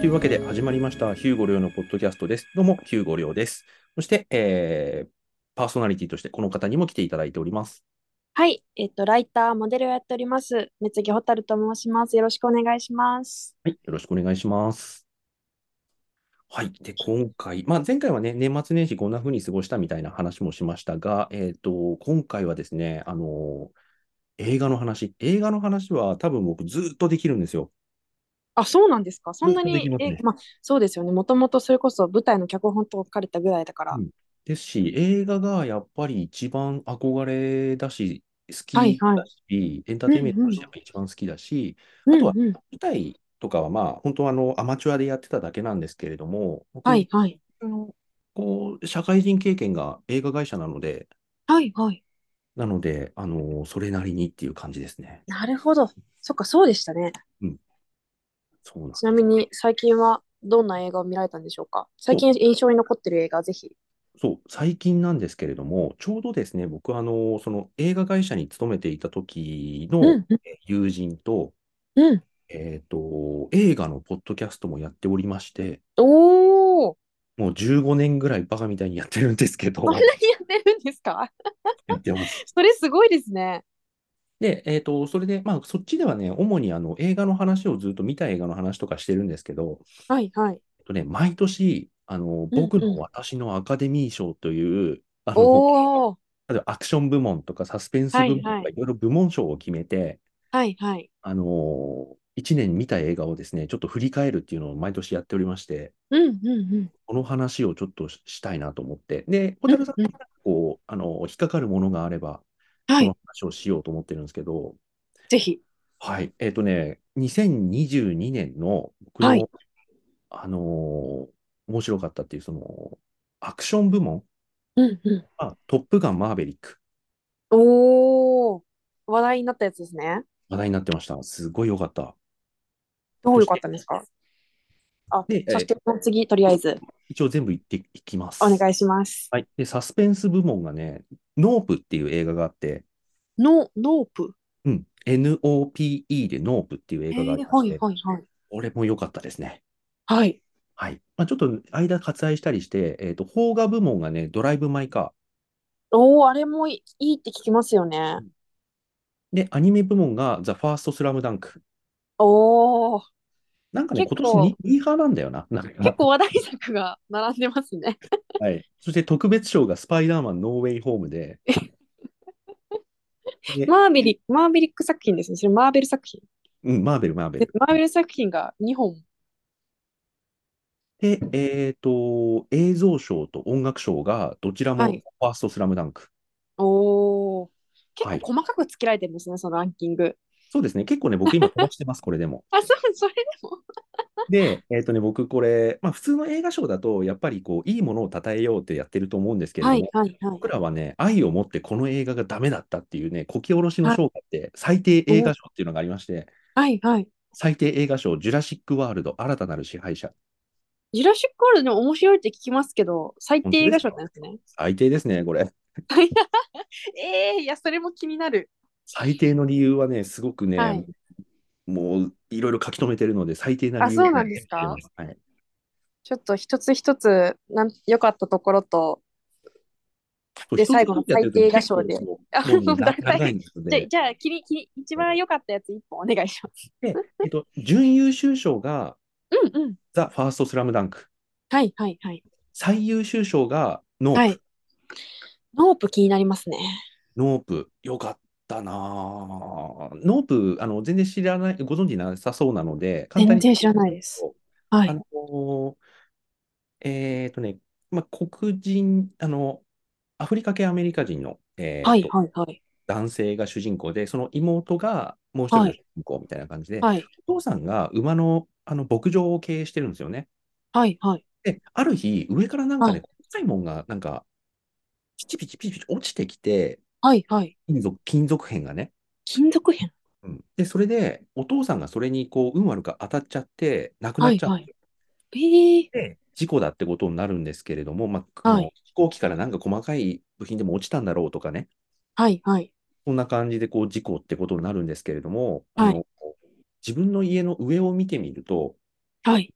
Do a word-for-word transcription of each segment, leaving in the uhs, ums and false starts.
というわけで始まりました、ヒューゴリョウのポッドキャストです。どうも、ヒューゴリョウです。そして、えーパーソナリティとしてこの方にも来ていただいております。 はい、えっと、ライター、モデルをやっております。三木ほたると申します。よろしくお願いします。 はい、よろしくお願いします。はい。で、今回、まあ、前回はね、年末年始こんな風に過ごしたみたいな話もしましたが、えっと、今回はですね、あの、映画の話。映画の話は多分僕ずっとできるんですよ。 あ、そうなんですか。そずっとできんなに、え、 ますね。 まあ、そうですよね。もともとそれこそ舞台の脚本と書かれたぐらいだから。 うん。ですし、映画がやっぱり一番憧れだし、好はい、 きだはい。 し、エンターうん、 テインメントとうん。 しても一番好きだし、あとはうん、うん。 舞台とかはまあ、本当はあのアマチュアでやってただけなんですけれども、僕、 はい、はい。 あのこう社会人経験が映画会社なので、 はい、はい。 なので、あのそれなりにっていう感じですね。 なるほど。そっか、そうでしたね。 うん、そうなんちなです。 みに、最近はどんな映画を見られたんでしょうか。最そう、 近印象に残ってる映画、ぜひ。 そう、最近なんですけれども、ちょうどですね、僕はあのその映画会社に勤めていた時のうん、うん、 え友人と、 うん。 えっと、映画のポッドキャストもやっておりまして、 おー、 もうじゅうごねんぐらいバカみたいにやってるんですけこんなど、 にやってるんですか？ やってます。 それすごいですね。 で、えっと、それで、まあ、そっちではね、主にあの映画の話をずっと見た映画の話とかしてるんですけど、 はい、はい。 えっとね、毎年、あの、 うん、 僕のうん。 私のアカデミー賞という、あの、 おー、 例えばアクション部門とかサスペンスはい、 部門とかはい。 いろいろ部門賞を決めて、 はい、はい。 あの、いちねん見た映画をですね、ちょっと振り返るっていうのを毎年やっておりまして、 うん、うん、うん。 この話をちょっとししたいなと思って、で、 うん、 蛍さんうん。 がこう、あの、引っかかるものがあれば、そのはい。 話をしようと思ってるんですけど、 ぜひ。 はい。えっとね、にせんにじゅうにねんの僕はい。 の、あのー面白かったっていう、その、アクション部門、 うん、うん。 あ、トップガンマーヴェリック、 おー。話題になったやつですね。 話題になってました。すごい良かった。 どうよかっそして、 たんですか？あ、 で、えそして次、とりあえず、 一応全部言っていきます。 お願いします。 はい。で、サスペンス部門がね、ノープっていう映画があって、 ノ、ノープ。 うん、ノーピーでノープっていう映画があえー、はい、 りまして、 はい、はい。 これも良かったですね。 はい。 はい。まあ、ちょっと間割愛したりして、えっと、邦画部門がね、ドライブ・マイ・カおー、あれもいい、いいって聞きますよね。 ー。で、アニメ部門がザ・ファースト・スラムダンク。 おー。 なんかね、今年に結構、 ミーハーなんだよな。なんか。 結構話題作が並んでますね。 はい。そして特別賞がスパイダーマン・ノーウェイ・ホームで、で、 マーベリック、マーベリック作品ですね。それマーベル作品。 うん、マーベル、マーベで、 ル。 マーベル作品がにほん。 で、えっと、映像賞と音楽賞がどちらもはい。 ファースト・スラムダンク。 おー。結はい。 構細かくつけられてるんですね、そのランキング。 そうですね。結構ね、僕今飛ばしてます、これでも。 あ、そう、それでも。 で、えっとね、僕これ、まあ普通の映画賞だと、やっぱりこう、いいものを称えようってやってると思うんですけれはい、 ども、 はい、はい。 僕らはね、愛を持ってこの映画がダメだったっていうね、こき下ろしのはい。 賞があって、最低映お、 画賞っていうのがありまして、 はい、はい。 最低映画賞、ジュラシック・ワールド、新たなる支配者。 ジュラシックワールドでも面白いって聞きますけど、最低映画賞本当ですか？ なんですね。 最低ですね、これ。 ええー、いや、それも気になる。 最低の理由はね、すごくね、 はい。 もういろいろ書き留めてるので、最低なあ、 理由をね、 そうなんですか？ 見てます。はい。 ちょっと一つ一つ、なん、良かったところと、 そう、 で、 一つ最後の最低一つやってると映画賞で。 結構そあ、 う、もうね、 もうな大体、 長いのじゃあ、 で、 じゃあ、きり、きり、一番良かったやつ一本お願いします。 で、えっと、準優秀賞がうんうん。 ザ・ファーストスラムダンク。 はい、はい、はい。 最優秀賞がノープ。 はい。ノープ気になりますね。 ノープ、よかったなぁ。ノープ、あの、全然知らない、ご存知なさそうなので、簡単に全然知らないです。はい。 あの、えっとね、まあ、黒人、あの、アフリカ系アメリカ人の、えはい、 っと、 はい、はい。 男性が主人公で、その妹がもう一人はい、 の主人公みたいな感じで、 はい、 お父さんが馬の、あの牧場を経営してるんですよね。 はい、はい。 で、ある日、上からなんかね、 はい、 細いもんが、なんか、ピチピチピチピチ落ちてきて、 はい、はい。 金属、金属片がね。 金属片。 うん、で、それで、お父さんがそれに、こう、運悪く当たっちゃって、亡くなはい、 っちゃっはい。ええー、 て、事故だってことになるんですけれども、まあ、あの、 はい、 飛行機からなんか細かい部品でも落ちたんだろうとかね、 はい、はい、 そんな感じで、こう、事故ってことになるんですけれども、あはい、 の、自分の家の上を見てみると、 はい。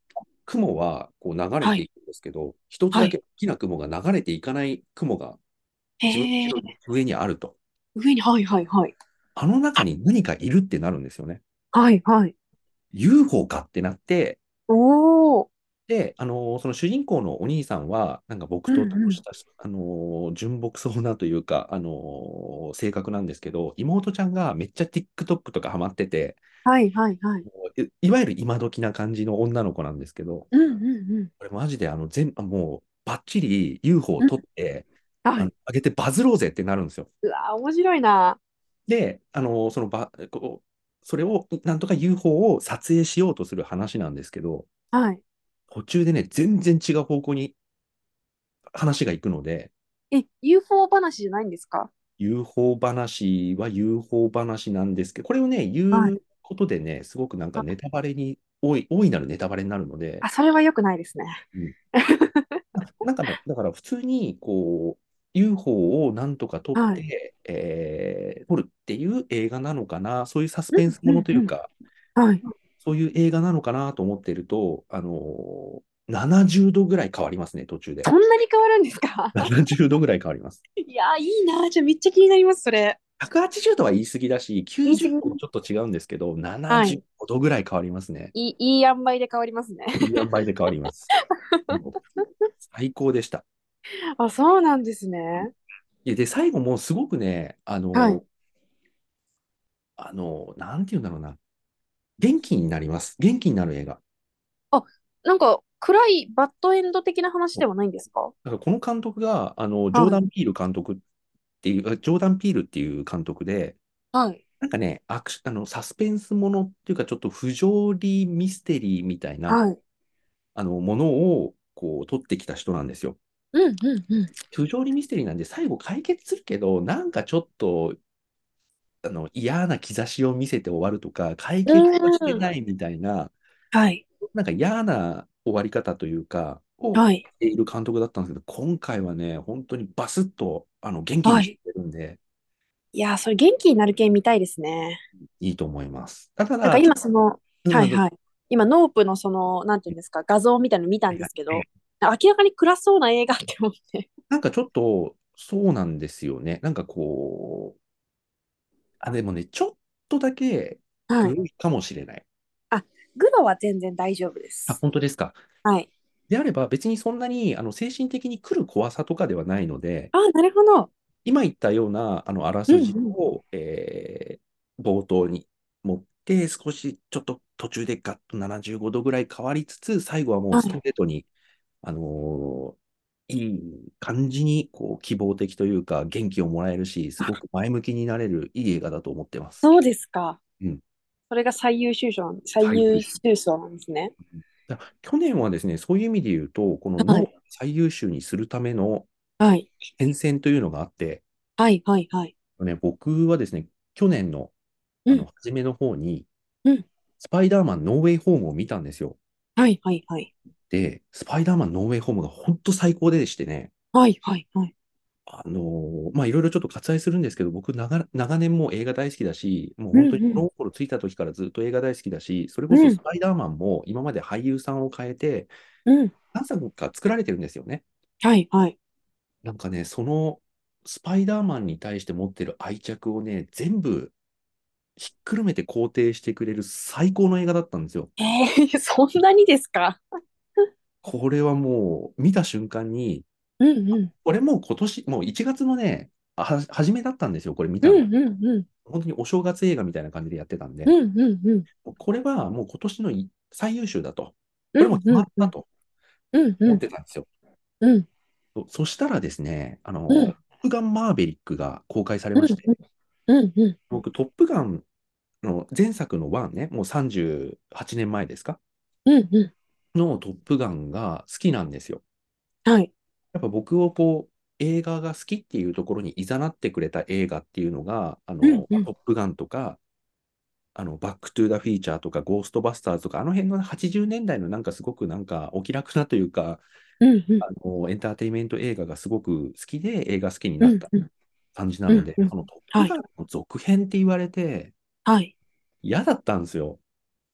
雲はこう流れはい。 ていくんですけど、一つはい。 だけ大きな雲が流れていかない雲が自分へえ。 の上にあると。 上に、はいはいはい。 あの中に何かいるってなるんですよね。 はいはい。 ユーフォー かってなって、 おー。 で、あのーその主人公のお兄さんは、なんか僕うんうん。 と同した、あのー純朴そうなというか、あのー性格なんですけど、妹ちゃんがめっちゃ TikTok とかハマってて、 はいはいはい。 い、いわゆる今時な感じの女の子なんですけど、 うんうんうん。 これマジであの全、あもうバッチリ ユーフォー をうん。 撮って、あの、 はい。 上げてバズろうぜってなるんですよ。 うわー、面白いな。 で、あのーそのば、こう、それをなんとか ユーフォー を撮影しようとする話なんですけど、 はい。 途中でね、全然違う方向に話が行くので、 え、ユーフォー 話じゃないんですか？ ユーフォー 話は ユーフォー 話なんですけど、これをね、 はい。 言うことでね、すごくなんかネタバレに、大い、大いなるネタバレになるので、 あ、それは良くないですね。 うん、なんかね、だから普通に、こう、ユーフォー をなんとか撮っはい。 て、えー撮るっていう映画なのかな、そういうサスうんペンスものうんうん。 というか、 はい。 そういう映画なのかなと思っていると、あのーななじゅうどぐらい変わりますね、途中で。 そんなに変わるんですか？ ななじゅうどぐらい変わります。 いやー、いいなー。じゃあめっちゃ気になります、それ。 ひゃくはちじゅうどは言い過ぎだし、 言い過ぎ。 きゅうじゅうどもちょっと違うんですけど、 はい。 ななじゅうごどぐらい変わりますね。 いい、いい塩梅で変わりますね。 いい塩梅で変わります。もう最高でした。 あ、そうなんですね。 いやで、最後もすごくね、あはい。 の、あの、なんて言うんだろうな。元気になります。元気になる映画。 あ、なんか、暗いバッドエンド的な話ではないんですか？ だからこの監督が、あの、ジョーはい。 ダン・ピール監督っていう、あジョーダン・ピールっていう監督で、 はい。 なんかね、アクシ、あの、サスペンスものっていうか、ちょっと不条理ミステリーみたいな、 はい。 あの、ものを、こう、撮ってきた人なんですよ。 うんうんうん。 不条理ミステリーなんで、最後解決するけど、なんかちょっと、あの、嫌な兆しを見せて終わるとか、解う決はしてーん。 ないみたいな、 はい。 なんか嫌な終わり方というか、をしはい。 ている監督だったんですけど、今回はね、本当にバスッと、あの、元気にはい。 してるんで、 いやー、それ元気になる系見たいですね。 いいと思います。ただ、ちょっなんか今その、 と、うん、どうぞ。 はいはい。今、ノープのその、なんていうんですか、画像みたいなの見たはいはいんですけど、明らかに暗そうな映画って思って。 なんかちょっと、そうなんですよね。なんかこう、あ、でもね、ちょっとだけ、 はい。 グロいかもしれない。 あ、グロは全然大丈夫であ、 す。 本当ですか。 はい。 であれば、別にそんなにあの精神的に来る怖さとかではないので、 あ、なるほど。 今言ったようなあのあらすじうんうん。 を、えー冒頭に持って、少しちょっと途中でガッとななじゅうごどぐらい変わりつつ、最後はもうストはい。 レートに、あのーいい感じにこう希望的というか、元気をもらえるし、すごく前向きになれるいい映画だと思ってます。 そうですか。 うん、 それが最優秀賞なん、最優最優秀。 秀賞なんですね。 だ去年はですね、そういう意味で言うと、このノーはい。 最優秀にするためのはい。 変遷というのがあって、 はい、はい、はい。 ね、僕はですね、去年の、あのうん、 初めの方に、 うん。 スパイダーマンノーウェイホームを見たんですよ。 はい、はい、はい。 で、スパイダーマンノーウェイホームが本当最高でしてね、 はい、はい、はい。 あのーまあ、いろいろちょっと割愛するんですけど、僕長、長年もう映画大好きだし、もううん、 本当にうん。 物心ついた時からずっと映画大好きだし、それこうん、 そスパイダーマンも今まで俳優さんを変えて、 うん。 何作か作られてるんですよね。 はい、はい。 なんかね、そのスパイダーマンに対して持ってる愛着をね、全部ひっくるめて肯定してくれる最高の映画だったんですよ。 えー、そんなにですか？ これはもう見た瞬間に、 うん、うん。 これもう今年、もういちがつのね、は、初めだったんですよ、これ見たの。 うん、うん、うん。 本当にお正月映画みたいな感じでやってたんで、 うん、うん、うん。 これはもう今年のい最優秀だと。 うん、 これも決まうん、うん。 ったとうん、う思っん。 てたんですよ。 うん、 そ、そしたらですね、あの、 うん。 トップガンマーヴェリックが公開されうん、 まして、 うん、うん。 僕、トップガンの前作のワンね、もうさんじゅうはちねんまえですかうん、うん。 のトップガンが好きなんですよ。 はい。 やっぱ僕をこう、映画が好きっていうところに誘ってくれた映画っていうのが、あうん、 の、 うん。 トップガンとか、あの、バックトゥーザフィーチャーとか、ゴーストバスターズとか、あの辺のはちじゅうねんだいのなんかすごくなんかお気楽なというか、 うん、うん。 あの、エンターテインメント映画がすごく好きで映画好きにうん、 なったうん。 感じなうん、 ので、 うん。 このトップはい。 ガンの続編って言われてはい。 嫌だったんですよ。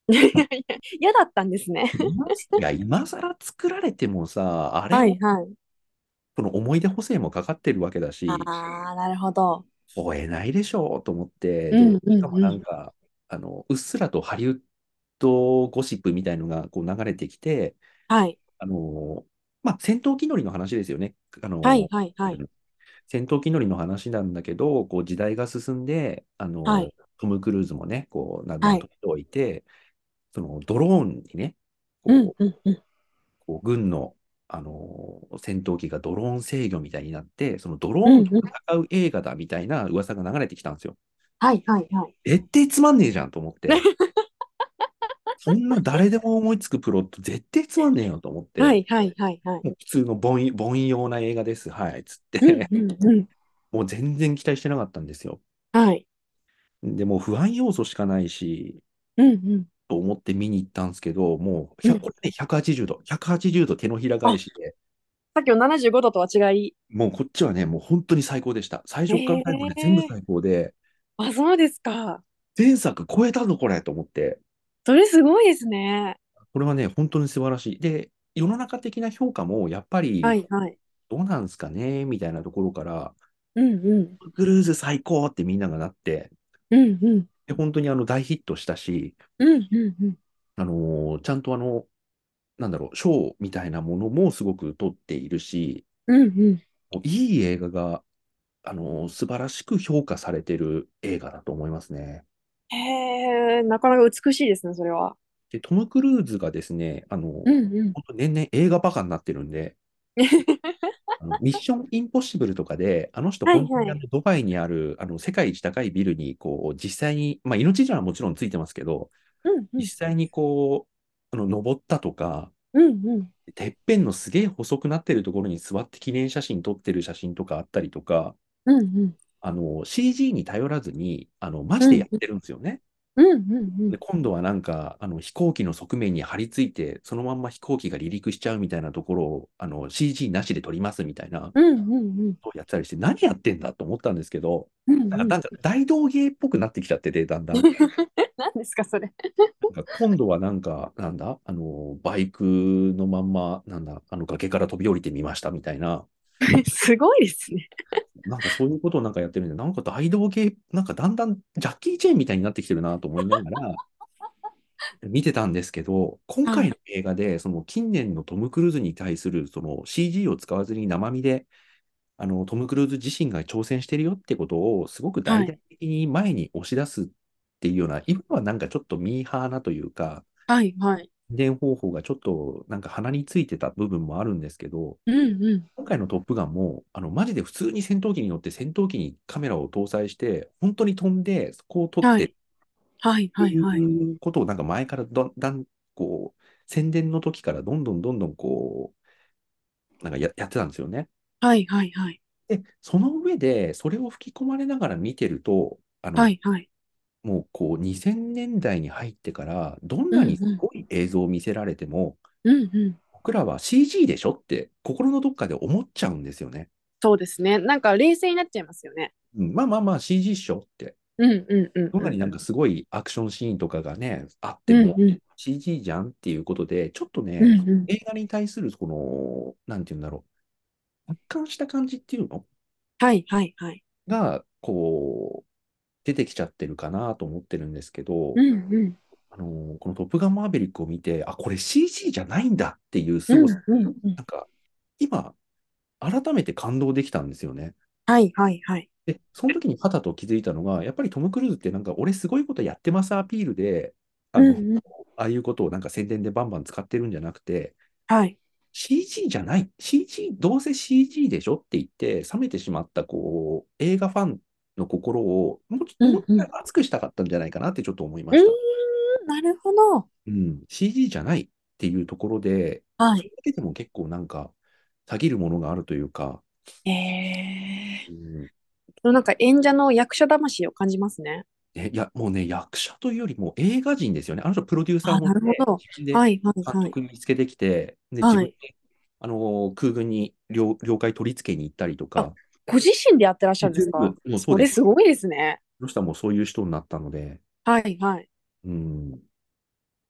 いやいやいや、嫌だったんですね。 今いや、今更作られてもさ、あれを、 はいはい。 その思い出補正もかかってるわけだあし、 あ、なるほど。 超えないでしょうと思って、で、 うんうしかもんうん。 なんか、あの、うっすらとハリウッドゴシップみたいのがこう流れてきて、 はい。 あの、まあ、戦闘機乗りの話ですよね。あはいの、 はいはい。 うん戦闘機乗りの話なんだけど、こう時代が進んで、あの、 はい。 トム・クルーズもね、こう、だんだはい。 ん年老いて、そのドローンにね、 うんこう、 うんうん。 こう軍の、あの戦闘機がドローン制御みたいになって、そのドローンとうんうん。 戦う映画だみたいな噂が流れてきたんですよ。 はいはいはい。 絶対つまんねえじゃんと思って、そんな誰でも思いつくプロット絶対つまんねえよと思って、 はいはいはいはい。 もう普通の凡凡庸な映画です。はい、つっうんて、 うんうん。 もう全然期待してなかったんですよ。 はい。 でもう不安要素しかないし、 うんうん。 と思って見に行ったんですけど、もうひゃく、こうん。 れね、ひゃくはちじゅうど、ひゃくはちじゅうど手のひらあ、 返しで、 さっきのななじゅうごどとは違い。 もうこっちはね、もう本当に最高でした。最初から最後まで全部ええ、 最高で、 あ、そうですか。 前作超えたぞ、これと思って、 それすごいですね。 これはね、本当に素晴らしい。で、世の中的な評価も、やっぱり、 はいはい。 どうなんすかね、みたいなところから、 うんうん。 クルーズ最高ってみんながなって、 うんうん。 で、本当にあの大ヒットしたし、 うんうんうん。 あのーちゃんとあの、なんだろう、賞みたいなものもすごく取っているし、 うんうん。 もういい映画が、あのー素晴らしく評価されてる映画だと思いますね。 へえ、なかなか美しいですね、それは。 で、トム・クルーズがですね、あの、 うんうん。 本当年々映画バカになってるんで、あのミッション・インポッシブルとかで、あの人、本当にあのはいはい。 ドバイにあるあの世界一高いビルにこう実際に、まあ、命綱はもちろんついてますけど、 うんうん。 実際にこう、あの登ったとか、 うんうん。 てっぺんのすげえ細くなってるところに座って記念写真撮ってる写真とかあったりとか、 うんうん。 あの シージー に頼らずに、あのマうんうん。 ジでやってるんですよね。 うんうんうん。 で、今度はなんか、あの飛行機の側面に張り付いて、そのまんま飛行機が離陸しちゃうみたいなところを、あの シージー なしで撮りますみたいな、 うんうんうん。 をやってたりして、何やってんだと思ったんですけど、 うんうん。 なんかなんか大道芸っぽくなってきちゃってて、だんだん。 何ですか、それ。 なんか今度はなんか、なんだ、あの、バイクのまんま、なんだ、あの崖から飛び降りてみましたみたいな、 すごいですね。 なんかそういうことをなんかやってるんで、なんか大道芸、なんかだんだんジャッキー・チェーンみたいになってきてるなと思いながら見てたんですけど、今はい。 回の映画で、その近年のトム・クルーズに対するその シージー を使わずに生身で、あのトム・クルーズ自身が挑戦してるよってことをすごく大々 はい。 的に前に押し出すっていうような、今はなんかちょっとミーハーなというか、 はい。はい。 宣伝方法がちょっとなんか鼻についてた部分もあるんですけど、 うんうん。 今回のトップガンも、あの、マジで普通に戦闘機に乗って戦闘機にカメラを搭載して、本当に飛んで、そこを撮ってっはい。はい。 てはい。はい。 いうことをなんか前からどんだん、こう、宣伝の時からどんどんどんどんこう、なんかや、やってたんですよね。 はい。はい。はい。 で、その上で、それを吹き込まれながら見てると、あの、 はい。はい。 もうこう、にせんねんだいに入ってから、どんうんうん。 なにすごい映像を見せられても、 うんうん。 僕らは シージー でしょって心のどっかで思っちゃうんですよね。 そうですね。なんか冷静になっちゃいますよね。 うん、まあまあまあ シージー っしょって。 うんうんうんどんうんうん。 なになんかすごいアクションシーンとかがね、あってもうんうん。 シージー じゃんっていうことで、ちょっとうね、 んうん。 映画に対するこの、なんていうんだろう、達観した感じっていうのはいはいはい。 が、こう、出てきちゃってるかなと思ってるんですけど、 うんうん。 あのこのトップガンマーヴェリックを見て、あ、これ シージー じゃないんだっていうう凄さ、 んうんうん。 なんか、今、改めて感動できたんですよね。 はいはいはい。 で、その時に肌と気づいたのが、やっぱりトム・クルーズってなんか、俺すごいことやってますアピールで、あの、 うんうん。 ああいうことをなんか宣伝でバンバン使ってるんじゃなくて、 はい。 シージー じゃない、シージー、どうせ シージー でしょって言って、冷めてしまった、こう、映画ファンの心をもうちょ、もう一回うんうん。 熱くしたかったんじゃないかなってちょっと思いまうーした。 ん、なるほど。 うん、シージー じゃないっていうところで、 はい。 それだけでも結構なんか、たぎるものがあるというか、 ええ。 うん、 でもなんか演者の役者魂を感じますね。 え、いや、もうね、役者というよりも映画人ですよね。あの人、プロデューサーあ、 もで、 なるほど。 自分ではいはい監はい。 督につけてきて、で、自はい。 分で、あのー空軍に了、了解取り付けに行ったりとあ、 か、 ご自身でやってらっしゃるんですか？ 全部、もうそうです。 それすごいですね。 その人はもうそういう人になったので、 はいはい。 うん。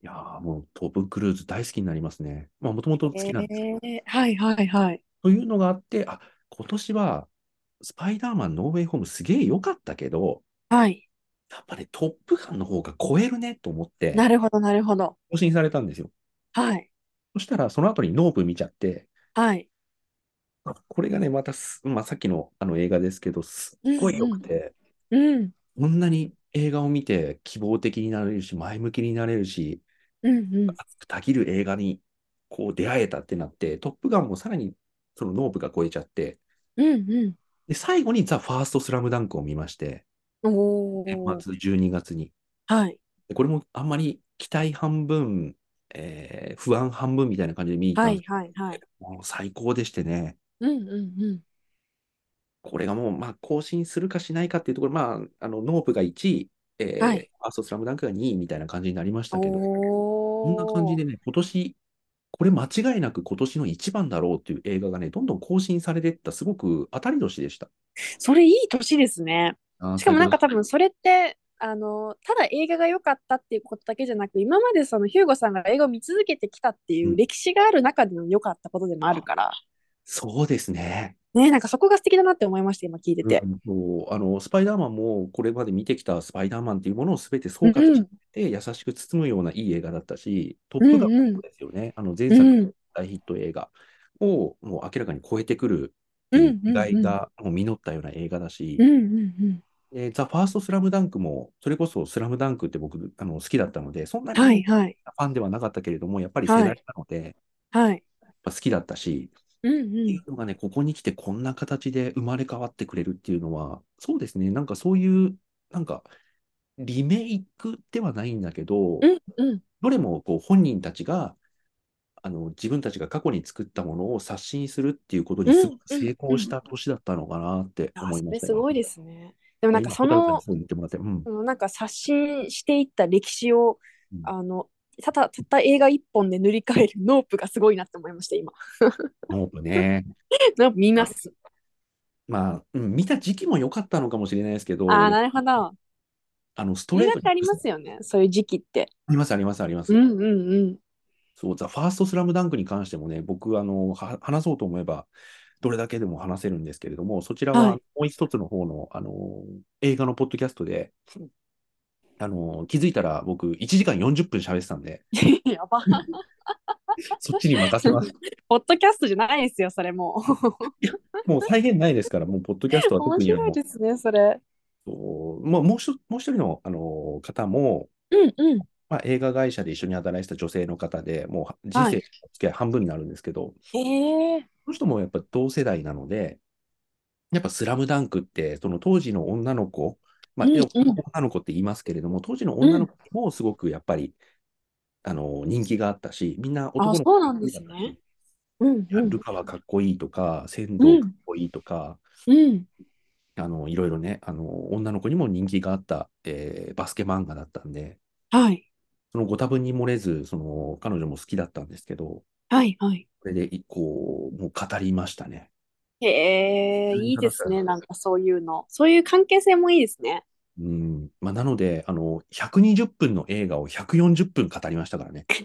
いやーもうトム・クルーズ大好きになりますね。まあ、もともと好きえなんですけど。 ー、はいはいはい。 というのがあって、あ、今年は、スパイダーマンノーウェイホームすげえ良かったけど、 はい。 やっぱりトップガンの方が超えるねと思って、 なるほどなるほど。 更新されたんですよ。 はい。 そしたら、その後にノープ見ちゃって、 はい。 あこれがね、またす、まあ、さっきのあの映画ですけど、すっうごい良くんて、 うん。うん。 こんなに映画を見て希望的になれるし、前向きになれるし、 うんうん。 熱くたぎる映画にこう出会えたってなって、トップガンもさらにそのノープが超えちゃって、 うんうん。 で、最後にザ・ファーストスラムダンクを見まして、年おー。 末じゅうにがつに。 はい。 でこれもあんまり期待半分、えー不安半分みたいな感じで見に行ったはいんですはいはい。 けど、もう最高でしてね、 うんうんうん。 これがもう、まあ、更新するかしないかっていうところ、まあ、あの、ノープがいちい、 はい。 えー、ファーストスラムダンクがにいみたいな感じになりましたけど、こんな感じおー。 でね、今年、これ間違いなく今年の一番だろうっていう映画がね、どんどん更新されていった、すごく当たり年でした。 それいい年ですね。 あー、 しかもなんか最高です。 多分それって、あの、ただ映画が良かったっていうことだけじゃなく、今までそのヒューゴさんが映画を見続けてきたっていうん。 う歴史がある中での良かったことでもあるあ、 から、 そうですね。 ね、なんかそこが素敵だなって思いました、今聞いてて。 うん、そうあの、スパイダーマンもこれまで見てきたスパイダーマンっていうものをすべて総括しうん、 て優しく包むようないい映画だったし、トッうん、 プガンもうん、 そうですよね。あの前う作ん、 大ヒット映画をもう明らかに超えてくるっていううん、うん、 意外うん、 がもう実ったような映画だし、 うん、うん、うん。 でザ・ファーストスラムダンクも、それこそスラムダンクって僕あの好きだったので、そんなにはい、 もはい、 ファンではなかったけれども、やっぱり世代はい、 なので、 はい。 やっぱ好きだったし、 うん、うん、 っていうのがね、ここに来てこんな形で生まれ変わってくれるっていうのは、そうですね、なんかそういう、なんかリメイクではないんだけど、 うん、うん。 どれもこう本人たちが、あの自分たちが過去に作ったものを刷新するっていうことにすごうん、うん、 く成功しうん。 た年だったのかなってあ、そ思いましたよ。 れすごいですね。でもなんか今、 その、 蛍さんにそう言ってもらって、うん。 そのなんか刷新していった歴史を、 うん、 あの、ただ、たった映画一本で塗り替えるノープがすごいなって思いました、今。 ノープね。 ノープ見ます。 まあ、うん、見た時期も良かったのかもしれないですけど、 ああ、 でも、 なるほど。 あの、ストレートに、 映画ってありますよね、そういう時期って。 あります、あります、あります。 うんうんうん。 そう、ザ・ファーストスラムダンクに関してもね、僕、あの、は話そうと思えば、どれだけでも話せるんですけれども、そちらはもはい。 う一つの方の、あの、映画のポッドキャストで、あの、気づいたら僕、いちじかんよんじゅっぷん喋ってたんで、 やば。 そっちに任せます。 ポッドキャストじゃないですよ、それもう。 いや、もう再現ないですから、もう、ポッドキャストは面特にあの、 白いですね、それ。 そうもうもう一もう一人の、あの方も、 うんうん。 まあ、映画会社で一緒に働いてた女性の方で、もう人生はい。 の付き合い半分になるんですけど、 ええ。 その人もやっぱ同世代なので、やっぱスラムダンクって、その当時の女の子、まあ、 うんようん。 女の子って言いますけれども、当時のうん。 女の子もすごくやっぱり、あの、人気があったし、みんなあ、 男の子が好そうなんですね。 きだったし、 うんうん。 ルカはかっこいいとか、仙道かっうん。 こいいとか、 うん。 あの、いろいろね、あの、女の子にも人気があった、えーバスケ漫画だったんで、 はい。 そのご多分に漏れず、その、彼女も好きだったんですけど、 はいはい。 それで、こう、もう語りましたね。 へえ、 普通にいいですね。 話したら、 なんかそういうの。そういう関係性もいいですね。 うん。まあ、なので、あの、ひゃくにじゅっぷんの映画をひゃくよんじゅっぷん語りましたからね。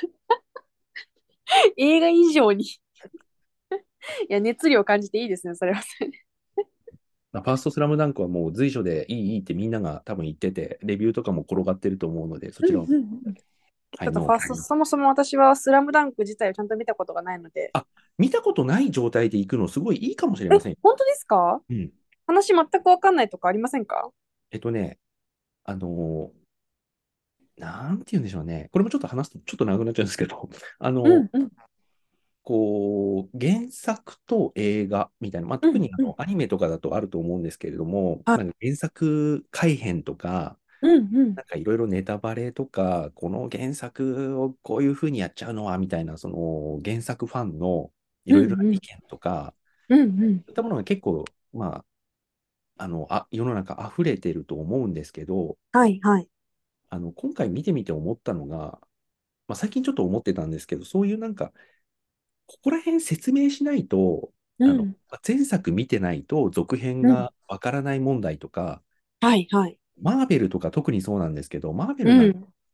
映画以上にいや、熱量を感じていいですね、それはそれで。 まあファーストスラムダンクはもう随所でいいいいってみんなが多分言ってて、レビューとかも転がってると思うので、そうんちらを、 うんうん。ちはい、 ょっとファースト、 ノープに。 そもそも私はスラムダンク自体をちゃんと見たことがないので。 あ、見たことない状態で行くのすごいいいかもしれえ、 ませんよ。 本当ですか？ うん。 話全くわかんないとかありませんか？ えっとね、あのーなんて言うんでしょうね。これもちょっと話すとちょっと長くなっちゃうんですけど、あの、 うんうんこう、原作と映画みたいな、まあ、 うんうん。 特にあのアニメとかだとあると思うんですけれども、 はい。 なんか原作改編とか、 うんうんなんかいろいろネタバレとか、この原作をこういうふうにやっちゃうのは、みたいな、その原作ファンのいろいろなうんうん意見とか、 うんうん。 そういったものが結構、まあ、あの、あ、世の中溢れてると思うんですけど、 はいはい。 あの、今回見てみて思ったのが、まあ、最近ちょっと思ってたんですけど、そういうなんか、ここら辺説明しないと、あの、 うん前作見てないと続編うん。 がわからない問題とか、 はいはい。 マーベルとか特にそうなんですけど、マーベルなんかうん。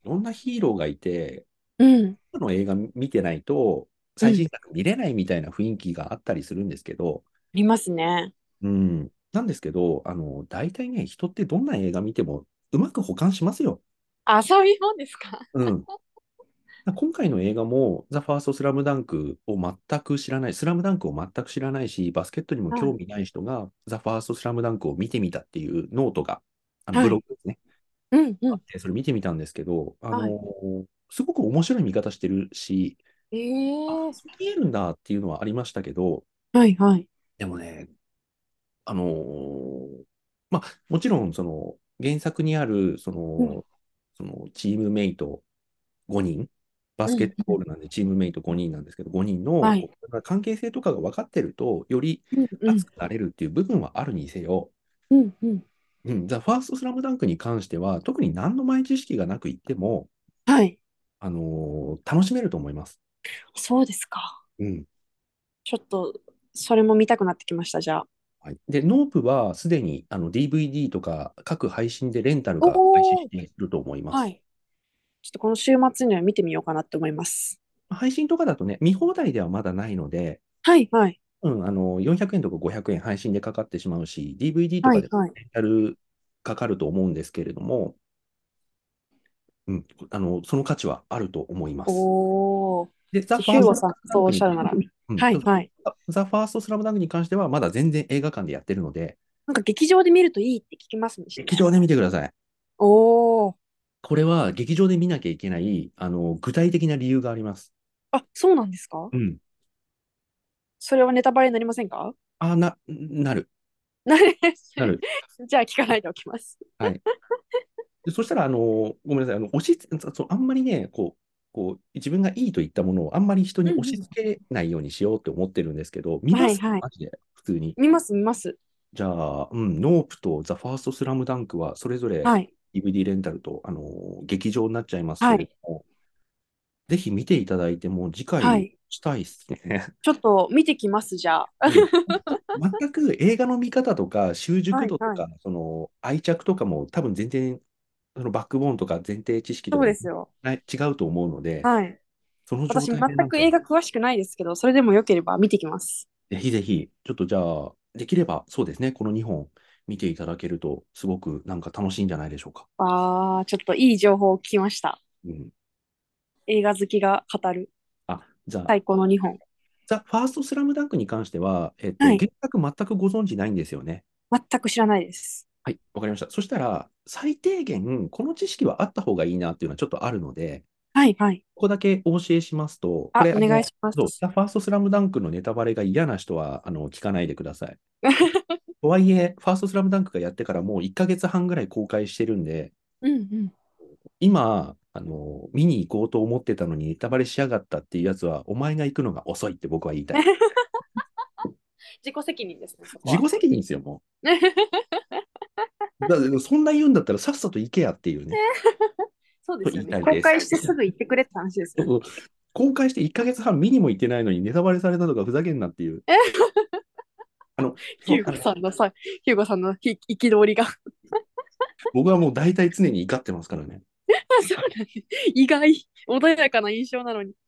いろんなヒーローがいて、 うん。 この映画見てないと、 うん。 最新作見れないみたいな雰囲気があったりするんですけど、 ありますね。 うん。なんですけど、あの、大体ね、人ってどんな映画見てもうまく保管しますよ。 あ、そういうもんですか？ うん。今回の映画も、ザ・ファースト・スラムダンクを全く知らない、スラムダンクを全く知らないし、バスケットにもはい。 興味ない人が、ザ・ファースト・スラムダンクを見てみたっていうノートが、あのブはい。 ログですね。 うんうん。 あってそれ見てみたんですけど、あはい。 のすごく面白い見方してるし、あ、 ええ、 そう見えるんだっていうのはありましたけど、 はいはい。 でもね、あのーまあ、もちろん、その、原作にある、そうん。 の、その、チームメイトごにん、バスケットうんうん。 ボールなんで、チームメイトごにんなんですけど、ごにんのはい。 こう関係性とかが分かってると、よりうんうん。 熱くなれるっていう部分はあるにせよ、 うんうん。 うん、ザ・ファーストスラムダンクに関しては、特に何の前知識がなく言っても、 はい。 あのー楽しめると思います。 そうですか。 うん。 ちょっと、それも見たくなってきました、じゃあ。 はい、で、ノープはすでにあの ディーブイディー とか各配信でレンタルが開始しおー。 ていると思います。 はい。ちょっとこの週末には見てみようかなって思います。 配信とかだとね、見放題ではまだないので、 はいはい。 うん、あのよんひゃくえんとかごひゃくえん配信でかかってしまうし、ディーブイディー とかではいはい。 レンタルかかると思うんですけれども、うん、あのその価値はあると思います。 おー。 で、ザ・じゃあ、 ファースト・スヒューゴさん、 ラムダンそうおっクに関して、 しゃるなら。 うん、 はいはい。 ザ・ファースト・スラムダンクに関しては、まだ全然映画館でやってるので、 なんか劇場で見るといいって聞きますしね。 劇場で見てください。 おー。 これは劇場で見なきゃいけないあの具体的な理由があります。 あ、そうなんですか？ うん。 それはネタバレになりませんか？ あ、な、なる。 なれなる。 じゃあ聞かないでおきます。 はい。でそしたら、あの、ごめんなさい。あの、押しつ、そう、あんまりね、こう、こう、自分がいいと言ったものをあんまり人に押しうん付けないようにしようって思ってるんですけど、見ますはいはい。 マジで、普通に。 見ます見ます。 じゃあ、うん、ノープとザ・ファースト・スラムダンクは、それぞれはい。 ディーブイディー レンタルと、あの、劇場になっちゃいますけはい。 れども、ぜひ見ていただいても、次回はい。 したいですね。 ちょっと見てきます、じゃあ。 うん。全く映画の見方とか、習熟度とか、 はいはい。 その愛着とかも多分全然、そのバックボーンとか前提知識とそうかですよ。 ない違うと思うので、 はい。 その状私、全態でなんか、 く映画詳しくないですけど、それでもよければ見てきます。 ぜひぜひ、ちょっとじゃあ、できればそうですね、このにほん見ていただけると、すごくなんか楽しいんじゃないでしょうか。 あー、ちょっといい情報を聞きました。 うん。 映画好きが語るあ、じゃあ、 最高のにほん。 ザ・ファーストスラムダンクに関しては、えっと、 はい。 原作全くご存知ないんですよね。 全く知らないです。 はい、わかりました。そしたら、最低限、この知識はあった方がいいなっていうのはちょっとあるので、 はいはい。 ここだけお教えしますと、こあ、 れ、あの、 お願いしまそう、 す。 ザ・ファーストスラムダンクのネタバレが嫌な人は、あの、聞かないでください。とはいえ、ファーストスラムダンクがやってからもういっかげつはんぐらい公開してるんで、 うんうん。 今、あの、見に行こうと思ってたのにネタバレしやがったっていうやつは、お前が行くのが遅いって僕は言いたい。 自己責任ですね、そこは。 自己責任ですよ、もう。だからそんな言うんだったらさっさと行けやっていうね、と言いそうですよね。 たいです。 公開してすぐ行ってくれって話ですよね。 公開していっかげつはん見にも行ってないのにネタバレされたとかふざけんなっていう。あの、そう、 ヒューゴあの、 さんのさ、ヒューゴさんのひ憤りが。 僕はもう大体常に怒ってますからね。 そうなんです。意外。穏やかな印象なのに。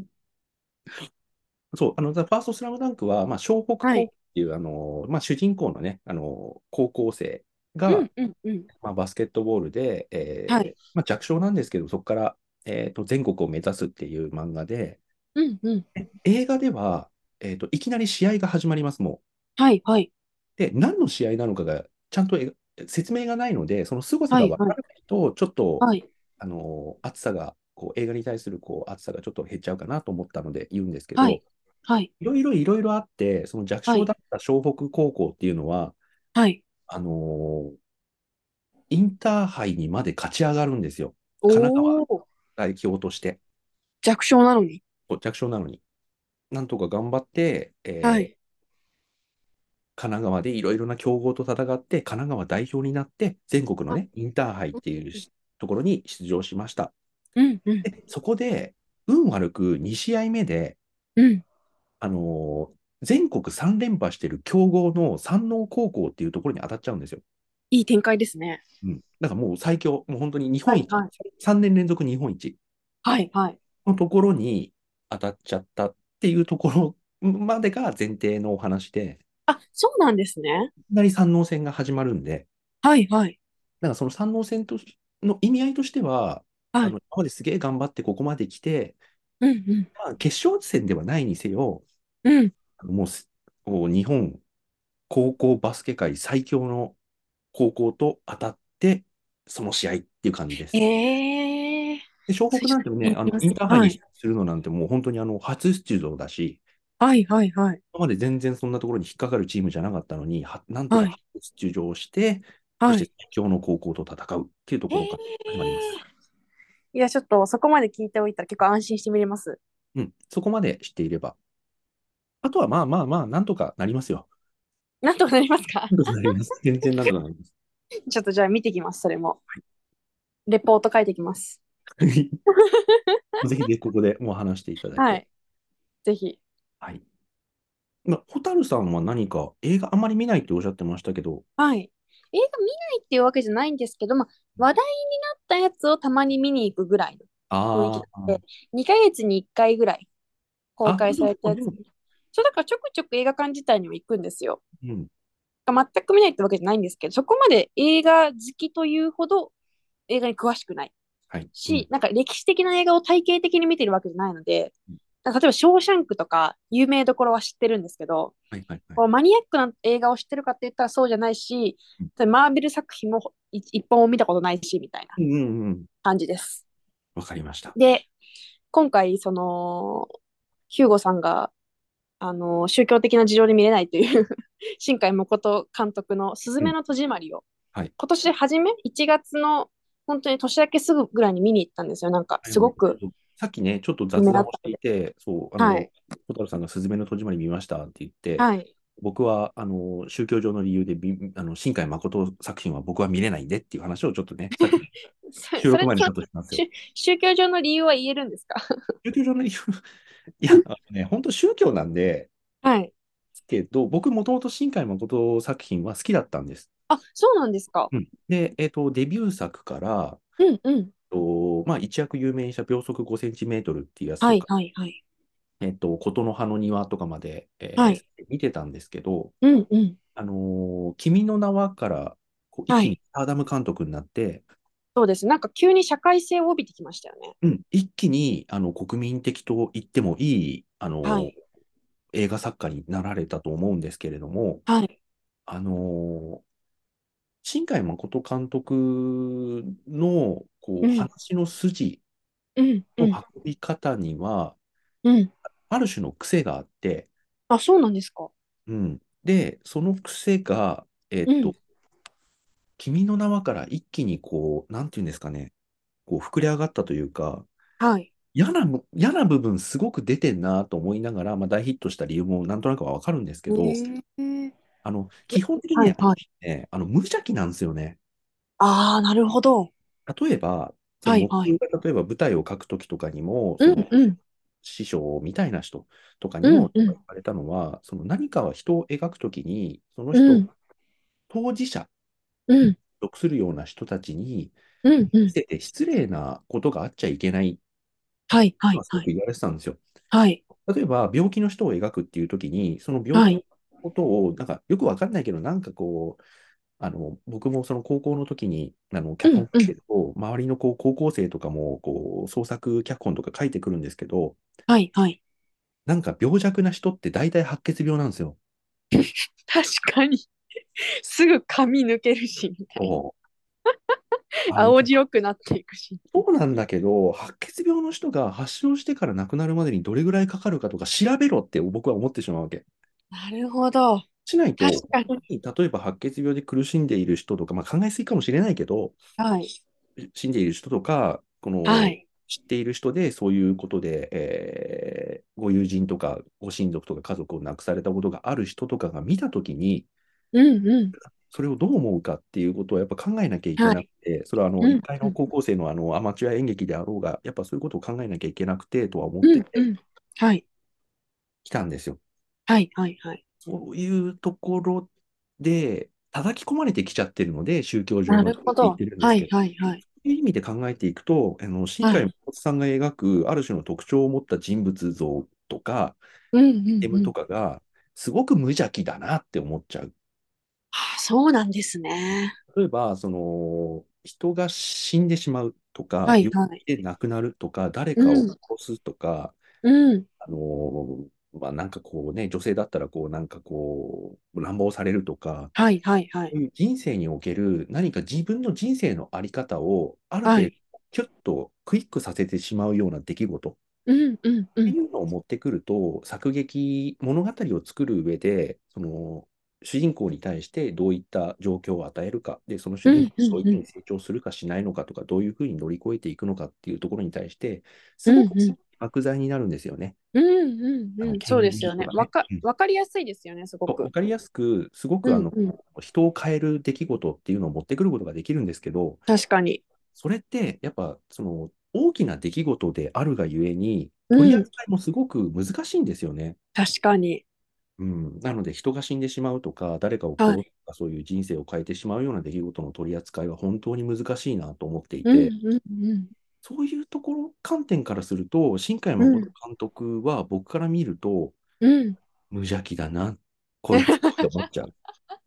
そう、あの、ザ・ファーストスラムダンクは、まあ、湘北高校っはい。 ていう、あの、まあ、主人公のね、あの、高校生が、 うんうんうん。 まあ、バスケットボールで、 はい。 えーまあ、弱小なんですけど、そこから、えーと、全国を目指すっていう漫画で、 うんうん。 映画では、えーと、いきなり試合が始まります、もう。 はいはいで、何の試合なのかが、ちゃんとえ説明がないので、その凄さが分かはいはいらないと、ちょっと、 はいあの、熱さが、こう、映画に対する、こう、熱さがちょっと減っちゃうかなと思ったので言うんですけど、 はいはいいろいろいろいろあって、その弱小だはいった湘北高校っていうのは、 はいあのインターハイにまで勝ち上がるんですよ。神奈川おー、 代表として、 弱小なのに。 弱小なのに。なんとか頑張って、えーはい。 神奈川でいろいろな強豪と戦って、神奈川代表になって、全国のあ、 ね、インターハイっていうところに出場しました。 うんうんで、そこで、運悪くに試合目で、 うん。 あのー全国さん連覇してる強豪の山王高校っていうところに当たっちゃうんですよ。 いい展開ですね。 うん。だからもう最強、もう本当に日本一、 はいはい。 さんねん連続日本一はいはい。 のところに当たっちゃったっていうところまでが前提のお話で、 あ、そうなんですね。 いきなり三能戦が始まるんで、 はいはい。 だからその三能戦としの意味合いとしては、あの、 はい。 今まですげえ頑張ってここまで来て、 うんうん。 まあ、決勝戦ではないにせよ、 うん。 あのもうす、もう日本高校バスケ界最強の高校と当たって、その試合っていう感じです。 ええー。 で、湘それちょっと北なんてね、あの、 気になります。 インターハイはい。 に出場するのなんてもう本当にあの、初出場だし、 はいはいはい。 今まで全然そんなところに引っかかるチームじゃなかったのに、はなんとかはい。 初出場して、そしてはい。 最強の高校と戦うっていうところからえ始まります。 え、いや、ちょっとそこまで聞いておいたら結構安心して見れます。 うん、そこまで知っていれば。あとはまあまあまあ、なんとかなりますよ。 なんとかなりますか？ なんとかなります。全然なんとかなります。 ちょっとじゃあ見てきます、それも。レポート書いてきます。 ぜひぜひここでもう話していただいて。 はい。ぜひ。 はい。まあ、蛍さんは何か映画あまり見ないっておっしゃってましたけど、 はい。映画見ないっていうわけじゃないんですけど、まあ、話題になったやつをたまに見に行くぐらいの雰囲気ああ、 なので、にかげつにいっかいぐらい公あ、 開されたあ、でも、 やつに。そう、だからちょくちょく映画館自体にも行くんですよ。 うん。 全く見ないってわけじゃないんですけど、そこまで映画好きというほど映画に詳しくないはい。うし、 ん。 なんか歴史的な映画を体系的に見てるわけじゃないので、なんか例えば、ショーシャンクとか有名どころは知ってるんですけど、 はいはいはい。 こうマニアックな映画を知ってるかって言ったらそうじゃないし、 うんマーベル作品もい一本も見たことないし、みたいなうんうんうん。 感じです。 わかりました。 で、今回、その、ヒューゴさんが、あの、宗教的な事情で見れないという新海誠監督のすずうん。 めの戸締まりを、 はい。 今年初め、いちがつの本当に年明けすぐぐらいに見に行ったんですよ。なんか、 あのすごくさっきね、ちょっと有名雑談をしてだったので。 いて、そう、あの、 はい。 小太郎さんがすずめの戸締まり見ましたって言って、 はい。 僕は、あの、宗教上の理由でび、あの、新海誠作品は僕は見れないんでっていう話をちょっとね、さっきそそれって収録前にちょっとしますよ。 宗宗教上の理由は言えるんですか？ 宗教上の理由、いや、あのね、本当宗教なんで、 はい。 けど、僕もともと新海誠作品は好きだったんです。 あ、そうなんですか。 うん。で、えっと、デビュー作から、 うんうん。 とまあ、一躍有名にした秒速ごセンチメートルっていうやつはいとか、 はいはい。 えっと、琴の葉の庭とかまで、えはい。 ー見てたんですけど、 うんうん。 あのー君の名はからこう一気にはい。 アダム監督になって、 そうです。なんか急に社会性を帯びてきましたよね。 うん、一気にあの国民的と言ってもいい、あのーはい。 映画作家になられたと思うんですけれども、 はい。 あのー新海誠監督のこううん。 話の筋うんうのん。 運び方には、 うん。 ある種の癖があって、 あ、そうなんですか。 うん、で、その癖が、えっと、 うん。 君の名はから一気にこう、なんていうんですかね、こう膨れ上がったというか、 はい。 嫌なぶ、嫌な部分すごく出てんなと思いながら、まあ、大ヒットした理由もなんとなくはわかるんですけど、 へえ。 あの、 え、 基本的にね、あのはいはい。 ね、あの無邪気なんですよね。 ああ、なるほど。 例えば、その僕はいはい。 が例えば舞台を書くときとかにも、 うそのんうん。 師匠みたいな人とかにもうんうん。 言われたのは、その何か人を描くときに、そのう人、 ん当事者、 うん。 属するような人たちにうんうん。 見せて失礼なことがあっちゃいけないはいはのはいはい。 すごく言われてたんですよ。 はい。 例えば、病気の人を描くっていうときに、その病気のはい。 ことを、なんかよくわかんないけど、なんかこう、あの僕もその高校の時にあの脚本書いてうんうん。 ると、周りのこう高校生とかもこう創作脚本とか書いてくるんですけど、 はいはい。 なんか病弱な人って大体白血病なんですよ。 確かに。すぐ髪抜けるし、みたいそうな。 あの青白くなっていくし。 そうなんだけど、白血病の人が発症してから亡くなるまでにどれぐらいかかるかとか調べろって僕は思ってしまうわけ。 なるほど。 しないと、 確かに。 本当に例えば白血病で苦しんでいる人とか、まあ、考えすぎかもしれないけど、 はい。 死んでいる人とか、このはい。 知っている人でそういうことで、えーご友人とかご親族とか家族を亡くされたことがある人とかが見たときに、 うんうん。 それをどう思うかっていうことをやっぱ考えなきゃいけはい。 なくて、それはあのうん一回うん。 の高校生のあのアマチュア演劇であろうが、やっぱそういうことを考えなきゃいけなくてとは思っててうんうん。はい。 きたんですよ。 はいはいはい。 そういうところで、 叩き込まれてきちゃってるので、宗教上なのってるほど。 言ってるんですはいけど、 はいはい。 そういう意味で考えていくと、あの新はい。 海誠さんが描くある種の特徴を持った人物像とか、 うんうんテーマとうん。 かが、すごく無邪気だなって思っちゃう。 あ、そうなんですね。 例えば、その、人が死んでしまうとか、病はいはい。 気で亡くなるとか、誰うかをん。 殺すとか、 うん。 あの、まあ、なんかこうね、女性だったら、こう、なんかこう、乱暴されるとか、 はいはいはい。 そういう人生における何か自分の人生のあり方を、ある程度、 はい。 キュッとクイックさせてしまうような出来事っうんうんうん。 ていうのを持ってくると、作劇、物語を作る上で、その、主人公に対してどういった状況を与えるか、で、その主人公うんうんうん。 がどういうふうに成長するかしないのかとか、どういうふうに乗り越えていくのかっていうところに対して、すごくうんうん。 漠材になるんですよね。 うんうんあの、 うん。そう権ですよね。 利とかね。 わか、 うんわかりやすいですよね、すごと、わく。 かりやすく、すごくあの、 うんうん。 人を変える出来事っていうのを持ってくることができるんですけど、 確かに。 それって、やっぱ、その、大きな出来事であるがゆえに、 う取りん。 扱いもすごく難しいんですよね。 確かに。 うん。なので、人が死んでしまうとか、誰かを殺すとはい。 か、そういう人生を変えてしまうような出来事の取り扱いは本当に難しいなと思っていうんて、 うんうん。 そういうところ、観点からすると、新海う誠ん監督は僕から見ると、 うん。 無邪気だな、こいつって思っちゃう。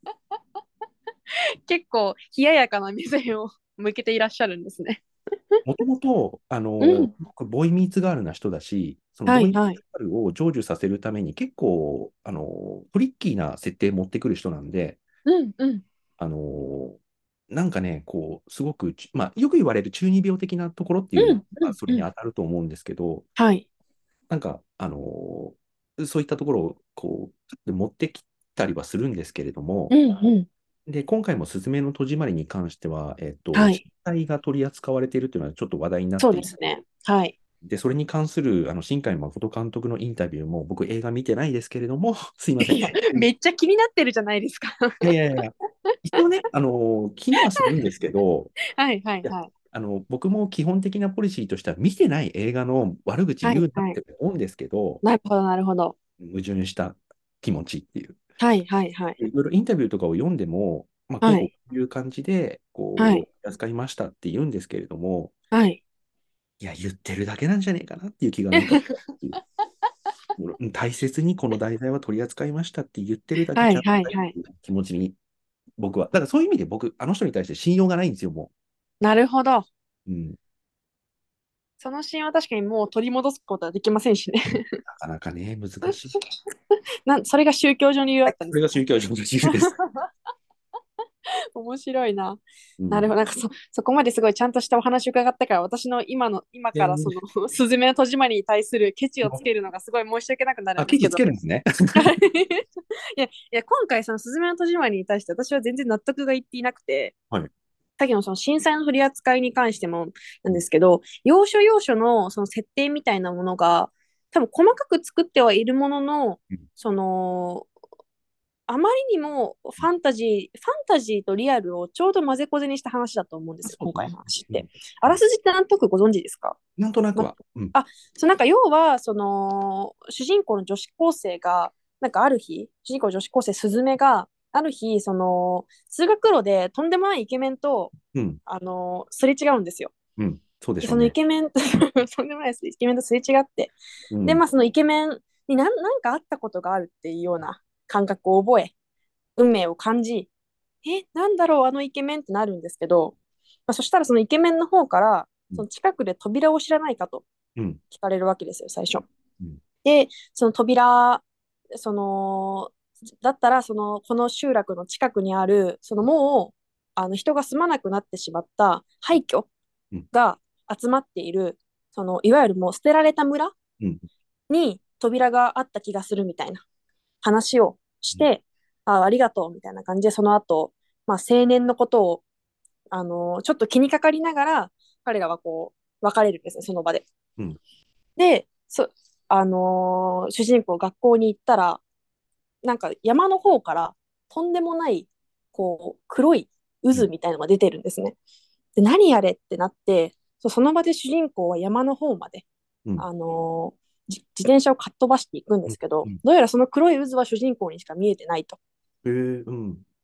結構冷ややかな目線を向けていらっしゃるんですね。 もともと、あの、 うん。 僕、ボーイミーツガールな人だし、そのボーイミーはいはい。 ツガールを成就させるために結構、あの、トリッキーな設定持ってくる人なんで、 うんうん。 あの、なんかね、こう、すごくち、まあ、よく言われる中二病的なところっていうのうんうがそれにんうん。 当たると思うんですけど、 はい。 なんか、あの、そういったところを、こう、持ってきたりはするんですけれども、 うんうん。 で、今回もすずめの戸締まりに関しては、えっと、実はい。 態が取り扱われているというのはちょっと話題になっそうていて、 ですね。はい。 で、それに関するあの新海誠監督のインタビューも、僕、映画見てないですけれども、すいません。 いや、めっちゃ気になってるじゃないですか。 いやいやいや、一応ね、あの、気にはするんですけど、 はいはいいや、 はい。 あの、僕も基本的なポリシーとしては、見てない映画の悪口言うなっはいはい。 て思うんですけど、 なるほどなるほど。 矛盾した気持ちっていう。 はいはいはい。 いろいろインタビューとかを読んでも、まあ、こうこはい。 ういう感じで、こはい。 う、扱いましたって言うんですけれども、 はい。 いや、言ってるだけなんじゃねえかなっていう気がなんか、うん大切にこの題材は取り扱いましたって言ってるだけはいちゃんとはいはい。 っていう気持ちに僕は。だからそういう意味で僕、あの人に対して信用がないんですよ、もなるほど。 う。うん。 そのシーンは確かにもう取り戻すことはできませんしね。 なかなかね、難しい。 なん、それが宗教上に理由だはい、 ったんですか？ それが宗教上の自由です。 面白いな。 うん。 なるほど。なんかそ、そこまですごいちゃんとしたお話を伺ったから、私の今の、今で、 からその、すずめの戸締まりに対するケチをつけるのがすごい申し訳なくなるあ、ケチつんですけど。 けるんですね。 いや、いや、今回そのすずめの戸締まりに対して私は全然納得がいっていなくて、 はい。 さっきのその震災の取り扱いに関してもなんですけど、要所要所のその設定みたいなものが、多分細かく作ってはいるものの、 うん。 その、あまりにもファンタジー、ファンタジーとリアルをちょうど混ぜこぜにした話だと思うんですよ、今回そうですね。 の話って。 うん。 あらうん。 すじってなんとなくご存知ですか？ななんとなくは。うん。 あ、そう、なんか要は、その、主人公の女子高生が、なんかある日、主人公女子高生すずめが、ある日、その、通学路でとんでもないイケメンと、 うん。 あの、すれ違うんですよ。 うん。そうでで、そのイしょうね。 ケメンととんでもないイケメンとすれ違って、で、 うん。 まあ、そのイケメンになん、なんかあったことがあるっていうような感覚を覚え、運命を感じ、え、なんだろう、あのイケメンってなるんですけど、まあ、そしたらそのイケメンの方から、 うん。 その近くで扉を知らないかとうん。 聞かれるわけですよ、最うん。 初。 うん。 で、その扉、その、だったら、その、この集落の近くにある、そのもう、あの人が住まなくなってしまった廃墟うん。 が集まっている、その、いわゆるもう捨てられた村うん。 に扉があった気がするみたいな話をしうん。 て、あ、ありがとうみたいな感じで、その後、まあ、青年のことを、あの、ちょっと気にかかりながら、彼らはこう、別れるんですね、その場で。 うん。 で、そ、あのー主人公学校に行ったら、なんか山の方からとんでもない、こう、黒いうん。 渦みたいなのが出てるんですね。で、何やれってなって、そその場で主人公は山の方まで、 うん。 あのー自転車をかっ飛ばしていくんでうん。 すけど、 うん。 どうやらその黒い渦は主人公にしか見えてないと。 へえ、うん。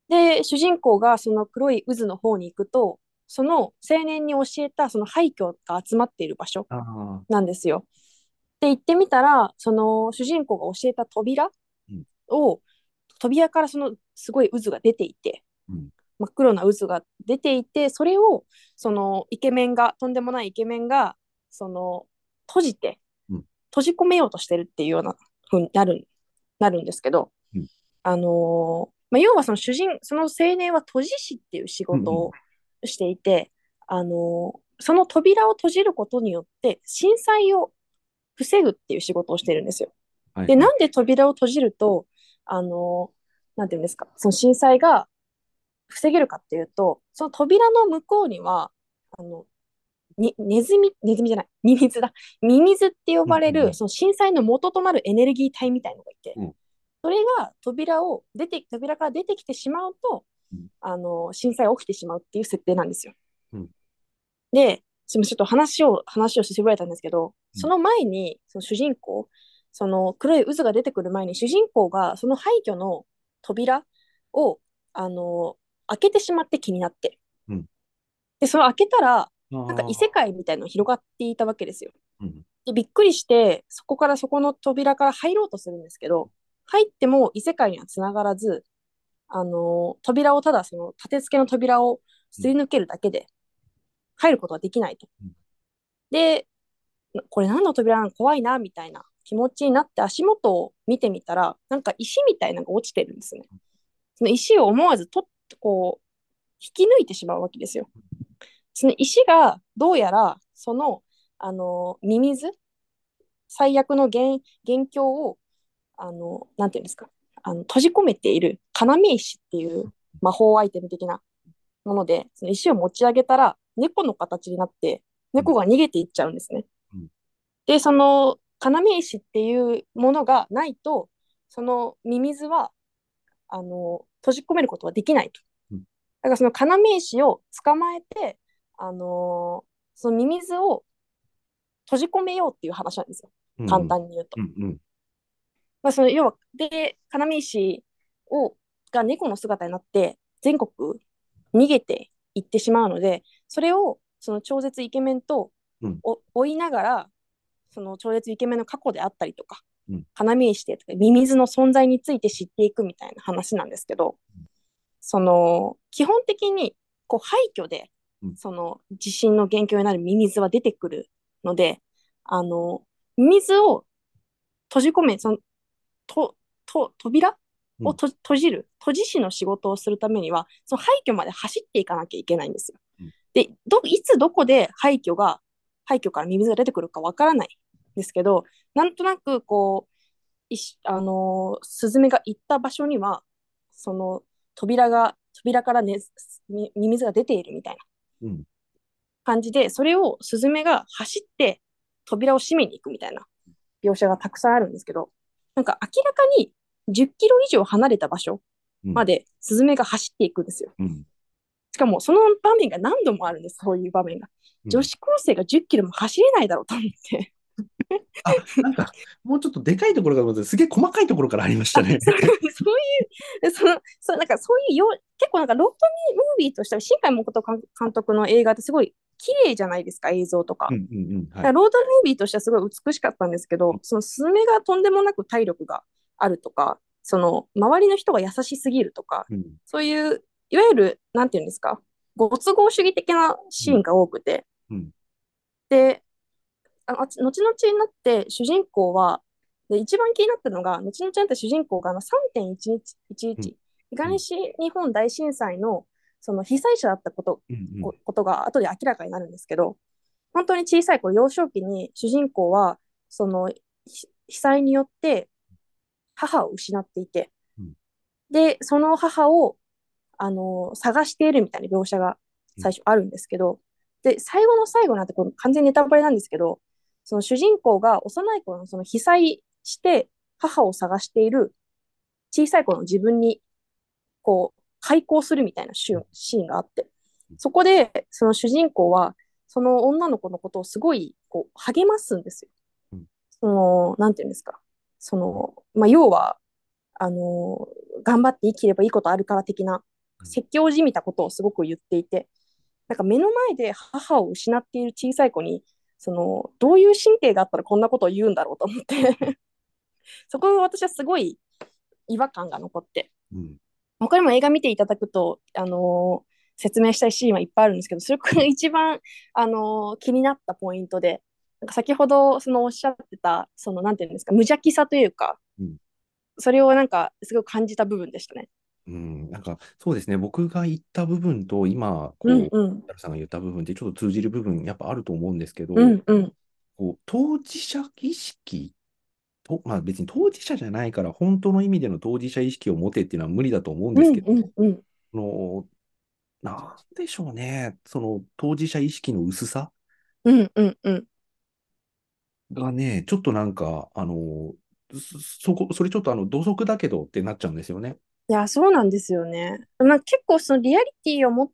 で、主人公がその黒い渦の方に行くと、その青年に教えたその廃墟が集まっている場所ああ、 なんですよ。で、行ってみたら、その主人公が教えた扉うん、 を、扉からそのすごい渦が出ていて、 うん、 真っ黒な渦が出ていて、それをそのイケメンが、とんでもないイケメンが、その閉じて、 うん、 閉じ込めようとしてるっていうような風になる、なるんですけど、 うん、 あのーまあ、要はその主人、その青年は閉じ師っていう仕うん、うん、 事をしていて、あのーその扉を閉じることによって震災を防ぐっていう仕事をしてるんですよ。で、 はいはい。 なんで扉を閉じると、あのーなんていうんですか、その震災が防げるかっていうと、その扉の向こうには、あの、にネズミ、ネズミじゃない、ミミズだ。ミミズって呼うん、 ばれる、 うん、 その震災の元となるエネルギー体みたいのがいて、 うん、 それが扉を出て、扉から出てきてしまうと、 うん、 あの、震災が起きてしまうっていう設定なんですよ。 うん、 で、すみません、ちょっと話を、話をしてしまれたんですけど、 うん、 その前に、その主人公、その黒い渦が出てくる前に、主人公がその廃墟の扉を、あの、開けてしまって気になって。 うん、 で、それを開けたら、 あなんか異世あ、 界みたいなのが広がっていたわけですよ。 うん、 で、びっくりして、そこからそこの扉から入ろうとするんですけど、入っても異世界にはつながらず、あの、扉をただその立て付けの扉をうん、 すり抜けるだけで入ることができないと。 うん、 で、これ何の扉なの怖いな、みたいな気持ちになって足元を見てみたら、なんか石みたいなのが落ちてるんですね。その石を思わずとこう、引き抜いてしまうわけですよ。その石がどうやら、その、あの、ミミズ、最悪の元元凶を、あの、なんていうんですか、あの閉じ込めている要石っていう魔法アイテム的なもので、その石を持ち上げたら、猫の形になって、 うん、 猫が逃げていっちゃうんですね。 うん、 で、その要石っていうものがないと、そのミミズは、あの、閉じ込めることはできないと。 うん、 だからその要石を捕まえて、あのそのミミズを閉じ込めようっていう話なんですよ。簡うん、 単に言うと。 うん、うん、 まあ、その要は、で、要石をが猫の姿になって全国逃げていってしまうので、それをその超絶イケメンとうん、 追いながら、その超絶イケメンの過去であったりとか、 うん、 要石でとかミミズの存在について知っていくみたいな話なんですけど、その基本的にこう廃墟でうん、 その地震の元凶になるミミズは出てくるので、あのミミズを閉じ込め、そのとと扉うん、 をと閉じる、閉じ師の仕事をするためには、その廃墟まで走っていかなきゃいけないんですよ。で、どいつどこで廃墟が、廃墟からミミズが出てくるかわからないんですけど、なんとなくこう、いしあのースズメが行った場所には、その扉が、扉からね、ミミミズが出ているみたいなうん、 感じで、それをスズメが走って扉を閉めに行くみたいな描写がたくさんあるんですけど、なんか明らかにじゅっキロ以上離れた場所うん、 までスズメが走っていくんですよ。 うん、 しかもその場面が何度もあるんです、そういう場面が。 うん。 女子高生がじゅっキロも走れないだろうと思って。 あ、なんか、もうちょっとでかいところがございます、すげえ細かいところからありましたあ、 ね。 そうそういう、その、そう、なんかそういうよ、結構なんかロードムービーとしては、新海誠監督の映画ってすごい綺麗じゃないですか、映像とか。 うん、うん、うん、はい。 だからロードムービーとしてはすごい美しかったんですけど、そのスズメがとんでもなく体力があるとか、その周りの人が優しすぎるとか、 うん、 そういう、いわゆる、なんていうんですか、ご都合主義的なうん、 シーンが多くて、 うん、 で、あ後々になって主人公は、で一番気になったのが、後々になった主人公があのさんてんいちいうん、 ち、 うん、 東日本大震災のその被災者だったこと、 うん、 ことが後で明らかになるんですけど、本当に小さい頃、幼少期に主人公は、その被災によって母を失っていて、 うん、 で、その母を、あの、探しているみたいな描写がうん、 最初あるんですけど、で、最後の最後なんてこれ完全にネタバレなんですけど、その主人公が幼い頃のその被災して母を探している小さい頃の自分にこう開口するみたいなシーンシーンがあって、そこでその主人公はその女の子のことをすごいこう励ますんですよ。 うん、 その、なんていうんですか。その、まあ、要は、あの、頑張って生きればいいことあるから的な説教じみたことをすごく言っていて、なんか目の前で母を失っている小さい子に、そのどういう神経があったらこんなことを言うんだろうと思ってそこが私はすごい違和感が残って、 うん。 他にも映画見ていただくと、あのー説明したいシーンはいっぱいあるんですけど、それが一番、あのー気になったポイントで、なんか先ほどそのおっしゃってた、そのなんていうんですか、無邪気さというか、 うん。 それをなんかすごい感じた部分でしたね。 うん、なんか、そうですね、僕が言った部分と、今、こう、 うんうん。 ダルさんが言った部分って、ちょっと通じる部分、やっぱあると思うんですけうど、 んうん。 こう当事者意識と、まあ別に当事者じゃないから、本当の意味での当事者意識を持てっていうのは無理だと思うんうんですけど、 うんうん。 その、なんでしょうね、その当事者意識の薄さうんうんうん。 がね、ちょっとなんか、あの、そそこ、それちょっとあの、土足だけどってなっちゃうんですよね。 いや、そうなんですよね。なんか結構そのリアリティを持って、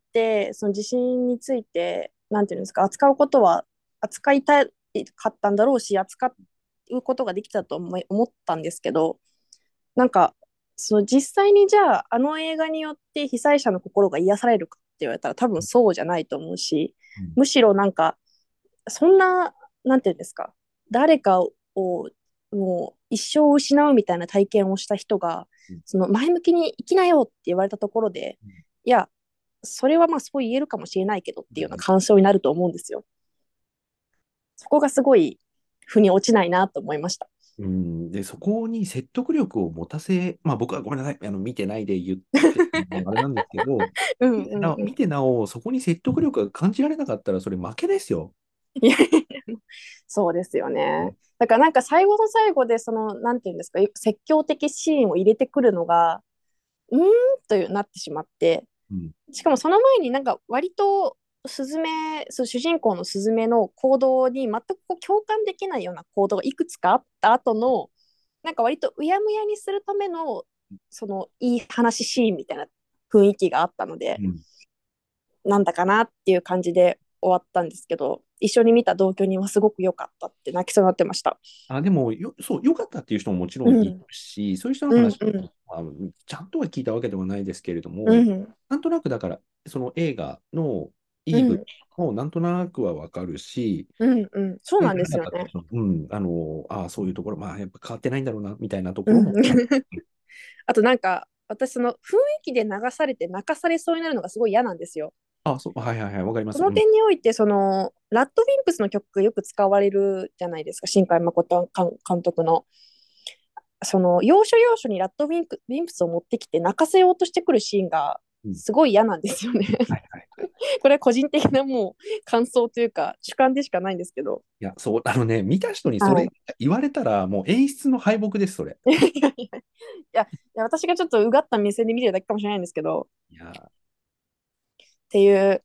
その地震について、なんていうんですか、扱うことは、扱いたかったんだろうし、扱うことができたと思い思ったんですけど、なんか、その実際にじゃあ、あの映画によって被災者の心が癒されるかって言われたら多分そうじゃないと思うし、 うん。 むしろなんか、そんな、なんていうんですか、誰かをもう一生失うみたいな体験をした人が、 うん。 その前向きに生きなよって言われたところで、いや、それはまあそう言えるかもしれないけどっていうような感想になると思うんですよ。そこがすごい腑に落ちないなと思いました。 うん、で、そこに説得力を持たせ、まあ僕はごめんなさい、あの見てないで言ってるのもあれなんですけど、 うん見てなお、 うんうん。 見てなお、そこに説得力が感じられなかったら、それ負けですよ。 いやいやそうですよね。だからなんか最後の最後でその、なんていうんですか、説教的シーンを入れてくるのが、うーんというなってしまって、 うん。 しかもその前になんか割とスズメ、そう主人公のスズメの行動に全くこう共感できないような行動がいくつかあった後の、なんか割とうやむやにするための、そのいい話シーンみたいな雰囲気があったので、 うん。 なんだかなっていう感じで終わったんですけど、一緒に見た同居人はすごく良かったって泣きそうになってました。 あ、でもよ、そう、良かったっていう人ももちろんいるうん。 し、そういう人のうん話も、 うん。 まあ、ちゃんとは聞いたわけではないですけれども、 うん。 なんとなくだから、その映画のうん。 いい部分もなんとなくはわかるし、 うんうん。そうなん書いてなですよね。 かったっていう人、うん、あの、ああ、そういうところ、まあ、やっぱ変わってないんだろうな、みたいなところも、 うん。あとなんか、私その雰囲気で流されて泣かされそうになるのがすごい嫌なんですよ。 あ、そう、はいはいはい、わかります。うん。 その点において、その、ラッドウィンプスの曲がよく使われるじゃないですか、新海誠監督の。その、要所要所にラッドウィンプウィンプスを持ってきて泣かせようとしてくるシーンがうん。 すごい嫌なんですよね。 はいはいはい。 これは個人的なもう感想というか主観でしかないんですけど。 いや、そう、あのね、見た人にそれはい。 言われたら、もう演出の敗北です、それ。 いやいやいや、いや私がちょっとうがった目線で見てるだけかもしれないんですけど、 いや、 っていう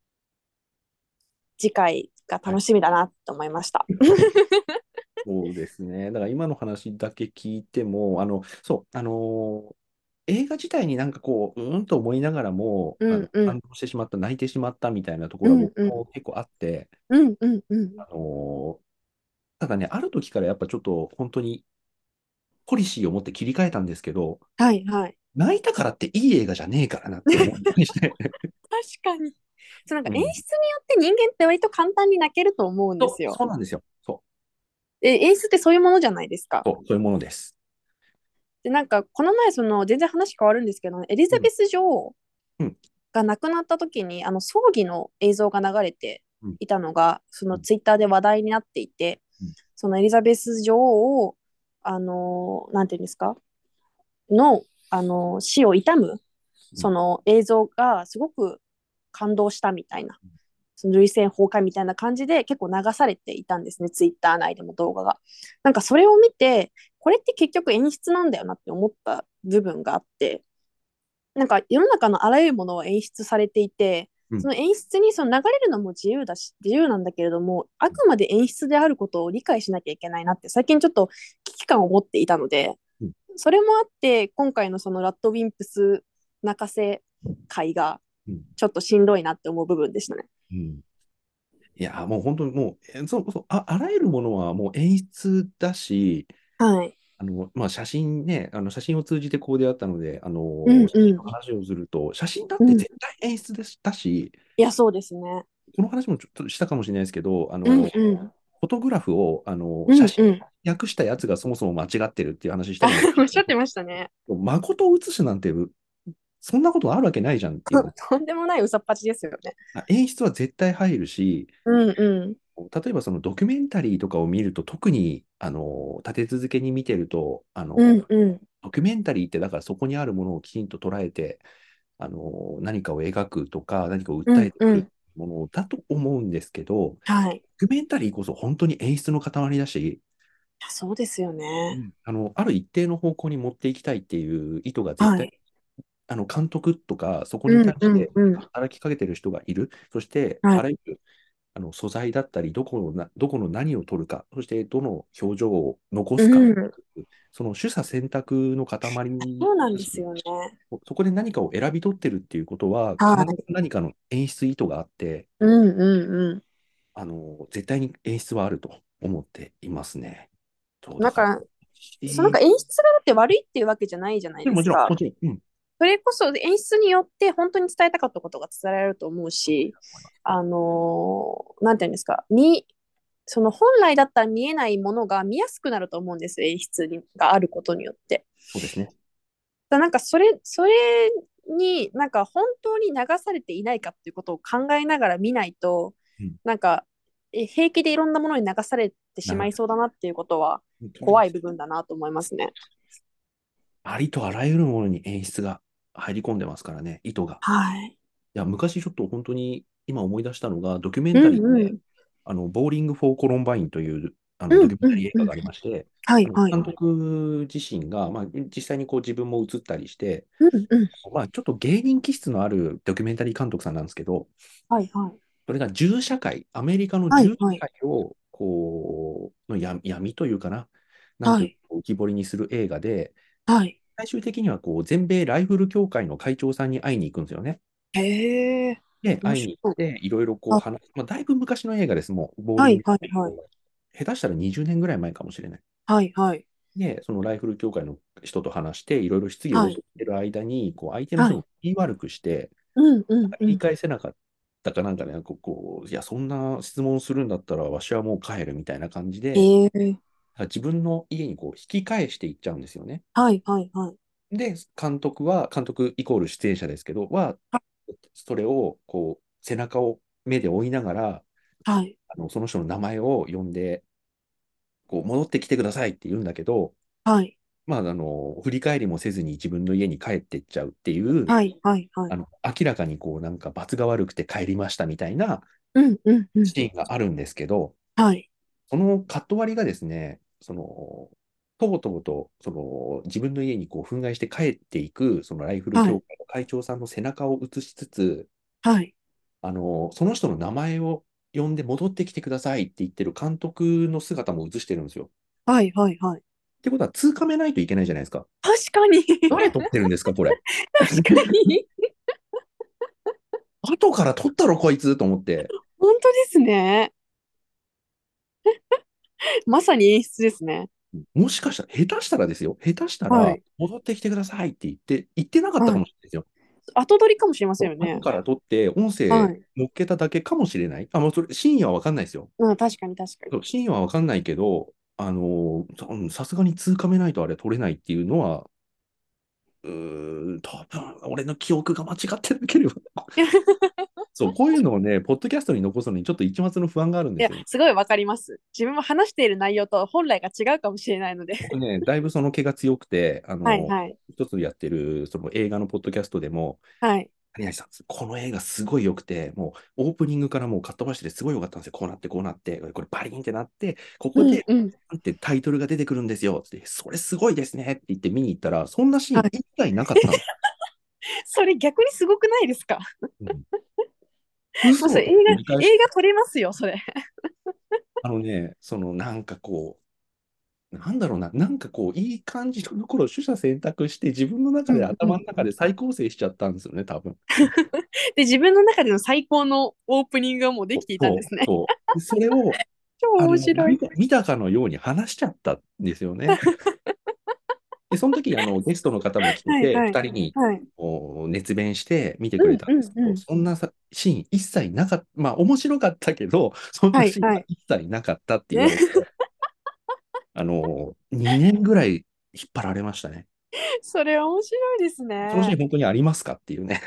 次回がはい。 楽しみだなと思いました。 そうですね。だから今の話だけ聞いても、あの、そう、あのー映画自体になんかこう、うーんと思いながらも、あの、 うんうん感動してしまった、泣いてしまったみたいなところは僕うんうんも結構あって、 うんうんうんあのーただね、ある時からやっぱちょっと本当にポリシーを持って切り替えたんですけど、 はいはい。 泣いたからっていい映画じゃねえからなって思ったりして。 確かに。そうなんか演出にようん。 って人間って割と簡単に泣けると思うんでそう、 すよ。 そうなんですよ。そう、 で、演出ってそういうものじゃないですか。 そう、そういうものです。 で、なんかこの前その全然話変わるんですけど、エリうん、 ザベス女王うん、 が亡くなった時にあの葬儀の映像が流れてうん、 いたのがそうん、 のツイッターで話題になっていて、 うん、 そのエリザベス女王をあのなんていうんですかのあの死を悼むうん、 その映像がすごく感動したみたいな、その涙腺崩壊みたいな感じで結構流されていたんですね、ツイッター内でも動画が。なんかそれを見て、これって結局演出なんだよなって思った部分があって、なんか世の中のあらゆるものは演出されていて、 うん。 その演出にその流れるのも自由だし、自由なんだけれども、あくまで演出であることを理解しなきゃいけないなって最近ちょっと危機感を持っていたので、 うん。 それもあって、今回のそのラッドウィンプス泣かせ会がうん。 ちょっとしんどいなって思う部分でしたね。 うん。いや、もう本当にもう、えそうそう、あ、あらゆるものはもう演出だし、 はい。 あの、まあ、写真ね、あの写真を通じてこう出会ったので、あの、 うん写真のうん。 話をすると、写真だっうん。 て絶対演出でしたし、 いや、そうですね。 この話もちょっとしたかもしれないですけど、あうんの、 うん。 フォトグラフを、あの、写真うんうん。 訳したやつがそもそも間違ってるっていう話したあ、 かもしおっしゃってましたね。 れない。誠を写すなんて、そんなことあるわけないじゃんっていう。 とんでもない嘘っぱちですよね。 演出は絶対入るし、 うんうん。 例えばそのドキュメンタリーとかを見ると、特にあの立て続けに見てると、あうのんうん。 ドキュメンタリーってだからそこにあるものをきちんと捉えて、あの何かを描くとか、何かをう訴えてくるんうん。 ものだと思うんですけど、 はい。いドキュメンタリーこそ本当に演出の塊だし、 や、そうですよね。 うん、あの、ある一定の方向に持っていきたいっていう意図が絶対、 はい。 あの監督とか、そこにうん対してうんうん。 働きかけてる人がいる、そして、 はい。 あらゆるあの素材だったり、どこのな、どこの何を取るか、そしてどの表情を残うすか、 ん。 その取捨選択の塊そうなんだし、 ですよね。 そこで何かを選び取ってるっていうことは、必ずはい。 何かの演出意図があって、 うんうんうあの、絶対に演出はあると思っていますね。そう、 ん。だだから、 から、そのなんしか演出がだって悪いっていうわけじゃないじゃないもちろん、 ですか。 もちろん、うん、 それこそ演出によって本当に伝えたかったことが伝えられると思うし、あのーなんていうんですか、に、その本来だったら見えないものが見やすくなると思うんです、演出があることによって。 そうですね。 だなんかそれ、それになんか本当に流されていないかっていうことを考えながら見ないと、 うん、 なんかえ平気でいろんなものに流されてしまいなるそうだなっていうことは本当に、 怖い部分だなと思いますね。 ありとあらゆるものに演出が入り込んでますからね、意図が。 はい。 いや、昔ちょっと本当に今思い出したのが、ドキュメンうタリーで、 んうん。 あの、ボーリング・フォー・コロンバインというあのドキュメンうんうんうん。 タリー映画がありまして、あのはいはい。 監督自身が、まあ、実際にこう自分も映ったりして、 うんうん。 まあ、ちょっと芸人気質のあるドキュメンタリー監督さんなんですけど、 はいはい。 それが銃社会、アメリカの銃社はいはい。 会を、こう、の闇闇というかな、なんというかはい。 浮き彫りにする映画で、 はい。 最終的にはこう全米ライフル協会の会長さんに会いに行くんですよね。 へえ。 で、 面会いに行っ白い。 て、いろいろこうあ、 話す、まあ、だいぶ昔の映画です、もう、ボーはいリングはいはい。 下手したらにじゅうねんぐらい前かもしれない。 はいはい。 で、そのライフル協会の人と話して、いろいろ質疑応答しはい。 てる間に、こう相手のはい。 人に言い悪くして、 うんうん言いうん。 返せなかったかなんかね、こう、こういや、そんな質問するんだったら、わしはもう帰るみたいな感じで、 へえ。 自分の家にこう引き返していっちゃうんですよね。 はいはいはい。 で、監督は、監督イコール出演者ですけど、は、それをこう背中を目で追いながら、 はい。 あのその人の名前を呼んで、こう戻ってきてくださいって言うんだけど、 はい。 まあ、あの、振り返りもせずに自分の家に帰っていっちゃうっていう、 はいはいはい。 あの、明らかにこう、なんか罰が悪くて帰りましたみたいなうんうんうん。 シーンがあるんですけど、 はい。 そのカット割りがですね、その、とぼとぼと、その、自分の家にこう、憤慨して帰っていく、そのライフルはい。 協会の会長さんの背中を映しつつ、 はい。 あの、その人の名前を呼んで戻ってきてくださいって言ってる監督の姿も映してるんですよ。 はいはいはい。 ってことは、通かめないといけないじゃないですか。 確かに。 誰撮ってるんですか、これ。 確かに。 後から撮ったろ、こいつと思って。 本当ですね。まさに演出ですね。 もしかしたら、下手したらですよ。下手したら、 はい。 戻ってきてくださいって言って、言ってなかったかはい。 もしれないですよ。 後取りかもしれませんよね。 後から撮って、音声はい。 乗っけただけかもしれない。あ、もうそれ、真意はわかんないですよ。 うん、確かに確かに。 そう真意はわかんないけど、あのーささすがに通過めないとあれ撮れないっていうのは、うーん、多分、俺の記憶が間違ってなければ。そう、こういうのをね、ポッドキャストに残すのにちょっと一抹の不安があるんでいや、 すよね。 すごいわかります。自分も話している内容と本来が違うかもしれないので。 僕ね、だいぶその毛が強くて、あの、 はいはい。 一つやってるその映画のポッドキャストでも、 はい。 何々さん、この映画すごい良くて、もうオープニングからもうかっ飛ばしてすごい良かったんですよ。こうなって、こうなって、これバリンってなって、ここで、 うんうん。 ってタイトルが出てくるんですよ。つって、それすごいですねって言って見に行ったら、そんなシーンはい。 一切なかったの。 それ逆にすごくないですか？ うん、 もうそれ映嘘って繰り返画、 し、 映画撮れますよ、それ。 あのね、そのなんかこう、なんだろうな、なんかこう、いい感じのところを取捨選択して、自分の中でうんうん。 頭の中で再構成しちゃったんですよね、多分。 で、自分の中での最高のオープニングがもうできていたんでそう、 すね。 そう。それを、 超あの、 面白い。 見た、見たかのように話しちゃったんですよね。 で、その時、あの、ゲストの方も来てて、 はいはい。 ふたりにはい。 こう熱弁して見てくれうんたんですけど、 うんうん。 そんなさシーン一切なかった、まあ、面白かったけど、そんなシーンははいはい。 一切なかったって言わね、 れて、あの、にねんぐらい引っ張られましたね。 それ面白いですね。 そのシーン本当にありますかっていうね。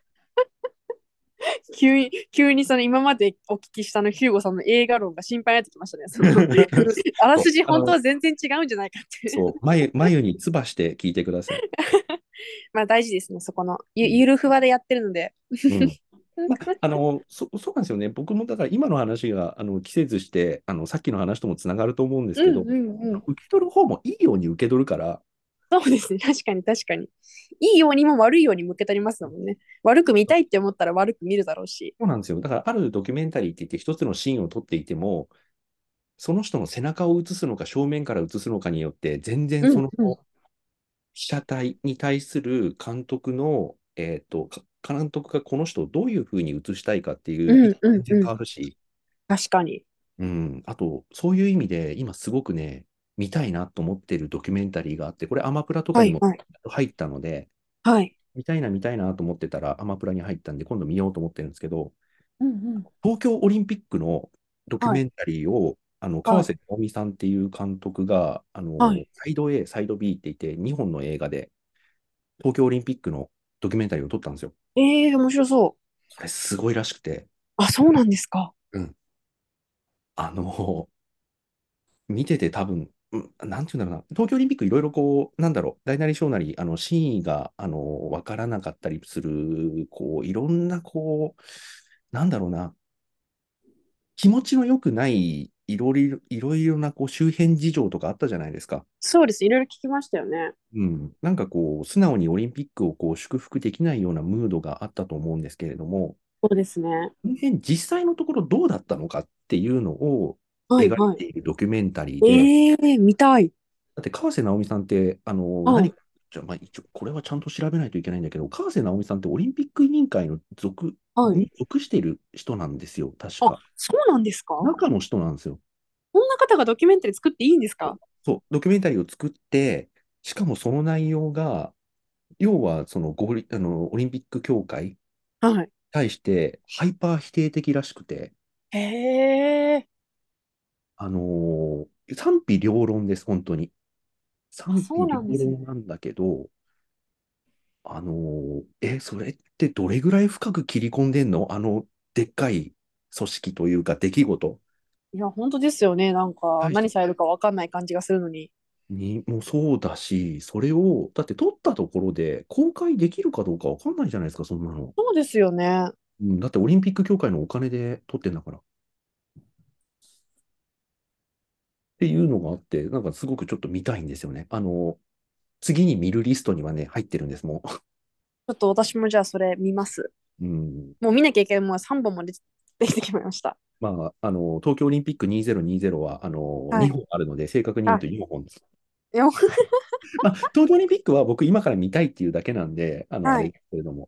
急に、急にその今までお聞きしたのヒューゴさんの映画論が心配になってきましたね。その、あらそう、 すじ本当あの、 は全然違うんじゃないかって。 そう、眉、眉に唾して聞いてください。 まあ大事ですね、そこの。ゆ、 うん。 ゆるふわでやってるので。 うん。まあ、あの、そ、そうなんですよね。僕もだから今の話が、あの、季節して、あの、さっきの話ともつながると思うんですうんけど、 うんうん。 受け取る方もいいように受け取るから、 そうですね。確かに確かに。いいようにも悪いように向けたりますもんね。悪く見たいって思ったら悪く見るだろうし。 そうなんですよ。だから、あるドキュメンタリーって言って、一つのシーンを撮っていても、その人の背中を映すのか、正面から映すのかによって、全然そのうんうん。 被写体に対する監督の、えっと、か監督がこの人をどういうふうに映したいかっていう意うん見全然うんうん。 変わるし、 確かに。 うん、あと、そういう意味で、今すごくね、見たいなと思っているドキュメンタリーがあって、これアマプラとかにもはいはい。 入ったので、 はい。 見たいな、見たいなと思ってたら、アマプラに入ったんで、今度見ようと思ってるんですけど、 うんうん。 東京オリンピックのドキュはい。 メンタリーを、あの川はい。 瀬直美さんっていう監督が、あのはい。 サイド A、サイド B って言って、にほんの映画で東京オリンピックのドキュメンタリーを撮ったんですよ。 ええー、面白そう。 これすごいらしくて、 あ、そうなんですか。 うん、あの、見てて多分、うん、なんていうんだろうな、東京オリンピックいろいろこう、なんだろう、大なり小なり、あの、真意が、あの、わからなかったりする、こう、いろんな、こう、なんだろうな、気持ちの良くない、いろいろ、いろいろな、こう、周辺事情とかあったじゃないですか。 そうです。いろいろ聞きましたよね。 うん。なんかこう、素直にオリンピックをこう、祝福できないようなムードがあったと思うんですけれども、 そうですね。 この辺実際のところどうだったのかっていうのをはいはい。 描いているドキュメンタリーで、 ええー、見たい。 だって川瀬直美さんって、あの、 はい。 何か、じゃあ、まあ、一応、これはちゃんと調べないといけないんだけど、川瀬直美さんってオリンピック委員会の属はい。 に属している人なんですよ、確あ、 か。 そうなんですか？こ中の人なんですよ。 んな方がドキュメンタリー作っていいんですか？ そう、ドキュメンタリーを作って、しかもその内容が、要はそのゴリあのオリンピック協会にはい。 対してハイパー否定的らしくて、 へえ。 あのー賛否両論です、本当に。 あ、 賛そう否両なんですね。 論なんだけど、あのーえ、それってどれぐらい深く切り込んでんのあの、でっかい組織というか出来事いや、本当ですよね。なんか、 対して何されるかわかんない感じがするのに。 にもそうだし、それを、だって撮ったところで公開できるかどうかわかんないじゃないですか、そんなの。 そうですよね。 うん、だってオリンピック協会のお金で撮ってんだから。っていうのがあって、なんかすごくちょっと見たいんですよね。あの、次に見るリストにはね、入ってるんです、もちょっと私もじゃあそれ見ます。 う。うん。 もう見なきゃいけない。もうさんぼんも出て出てきました。 まあ、あの、東京オリンピックにせんにじゅうは、あの、 はい。 にほんあるので、正確に言うあ、 とよんほんです。 でも、 まあ、東京オリンピックは僕今から見たいっていうだけなんで、あの、あはい。 れですけれども、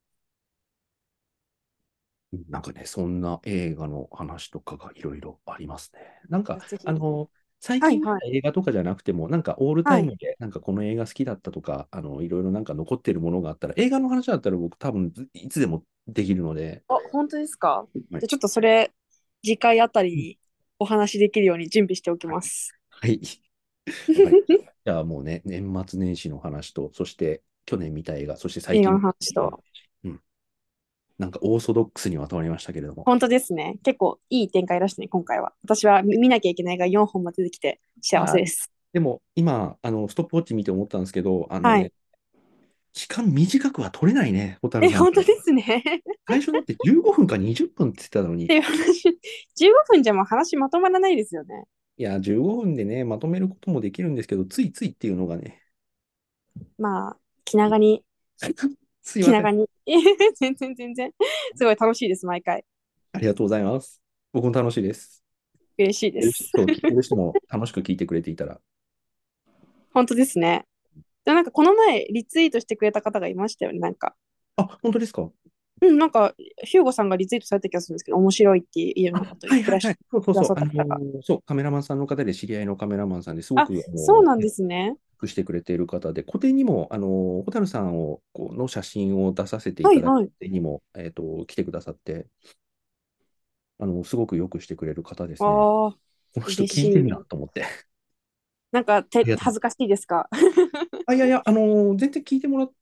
なんかね、そんな映画の話とかがいろいろありますね。なんか、 ぜひ。 あの、最近見たはいはい。 映画とかじゃなくても、なんかオールタはい。 イムで、なんかこの映画好きだったとか、あの、いろいろなんか残ってるものがあったら、映画の話だったら僕多分ずいつでもできるので、 あ、本当ですか？ はい。 じゃあちょっとそれ、次回あたりにお話しできるように準備しておきはい。 ます。 はい。わかりました。じゃあもうね、年末年始の話と、そして去年見た映画、そして最近映画の話見た映画、 と。 うん、なんかオーソドックスにまとまりましたけれども。 本当ですね。結構いい展開だしね、今回は。私は見見なきゃいけないがよんほんも出てきて幸あー、 せです。 でも今、あの、ストップウォッチ見て思ったんですけど、あのはい。 ね、期間短くは取れないね、蛍え、 さん。 本当ですね。 最初だってじゅうごふんかにじゅっぷんって言ってたのに、 っていう話、じゅうごふんじゃもう話まとまらないですよね。 いや、じゅうごふんでね、まとめることもできるんですけど、ついついっていうのがね、 まあ、気長に、 すいません。 気長に。全然全然。すごい楽しいです、毎回。 ありがとうございます。僕も楽しいです。 嬉しいです。 そう、聞いてる人も楽しく聞いてくれていたら。 本当ですね。で、なんかこの前、リツイートしてくれた方がいましたよね、なんか。 あ、本当ですか？ うん、なんか、ヒューゴさんがリツイートされた気がするんですけど、面白いっていうようなあ、 ことを言ってらし、 はいはいはい。そうそうくだそう。あのさった方が。 ーそう、カメラマンさんの方で知り合いのカメラマンさんですごあ、 く、あのそうなんーですね。 くしてくれている方で、個展にも、あの、蛍さんをこうの写真を出させていただいて、 はいはい。 個展にも、えっと、来てくださって、あの、すごくよくしてくれる方ですね。 ああ、 この人嬉聞いてんしい。 だと思って。 なんか、て、 ありがとう。 恥ずかしいですか？ あ、いやいや、あの、全然聞いてもらって、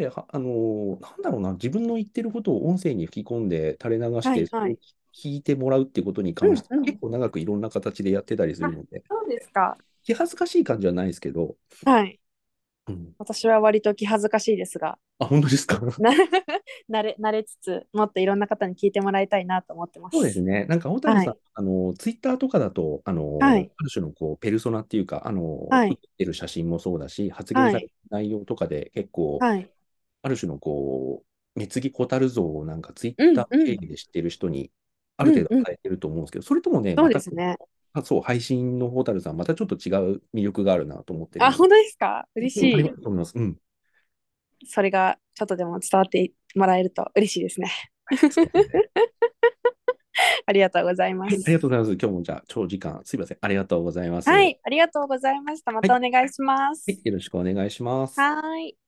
はあの、なんだろうな、自分の言ってることを音声に吹き込んで垂れ流して、それをはいはい。 聞いてもらうっていうことに関して、 うんうん。 結構長くいろんな形でやってたりするあ、 ので、 そうですか。 気恥ずかしい感じはないですけど、 はい。 うん。 私は割と気恥ずかしいですが、 あ、本当ですか？ な慣れ、慣れつつ、もっといろんな方に聞いてもらいたいなと思ってます。 そうですね。なんか、蛍さん、 はい。 あの、ツイッターとかだと、あの、 はい。 ある種のこう、ペルソナっていうか、あの、 はい。 写ってる写真もそうだし、発言されるはい。 内容とかで結構、 はい。 ある種のこう、貢ぎ蛍像をなんかツイッターうんうん。 経由で知ってる人に、ある程うんうん。 度与えてると思うんですけど、それともね、 そうまた、 ですね。 あそう、配信の蛍さん、またちょっと違う魅力があるなと思ってるあ、 ので、 本当ですか？嬉うん、ありしい。 がとうございます。うん。 それがちょっとでも伝わってもらえると嬉しいですね。 そうですね。 ありがとうございまはい、ありがす。 とうございます。今日もじゃあ、長時間、すいません。ありがとうございます。 はい。ありがとうございました。まはい、 たお願いしまはい、 す。 よろしくお願いします。 はーい。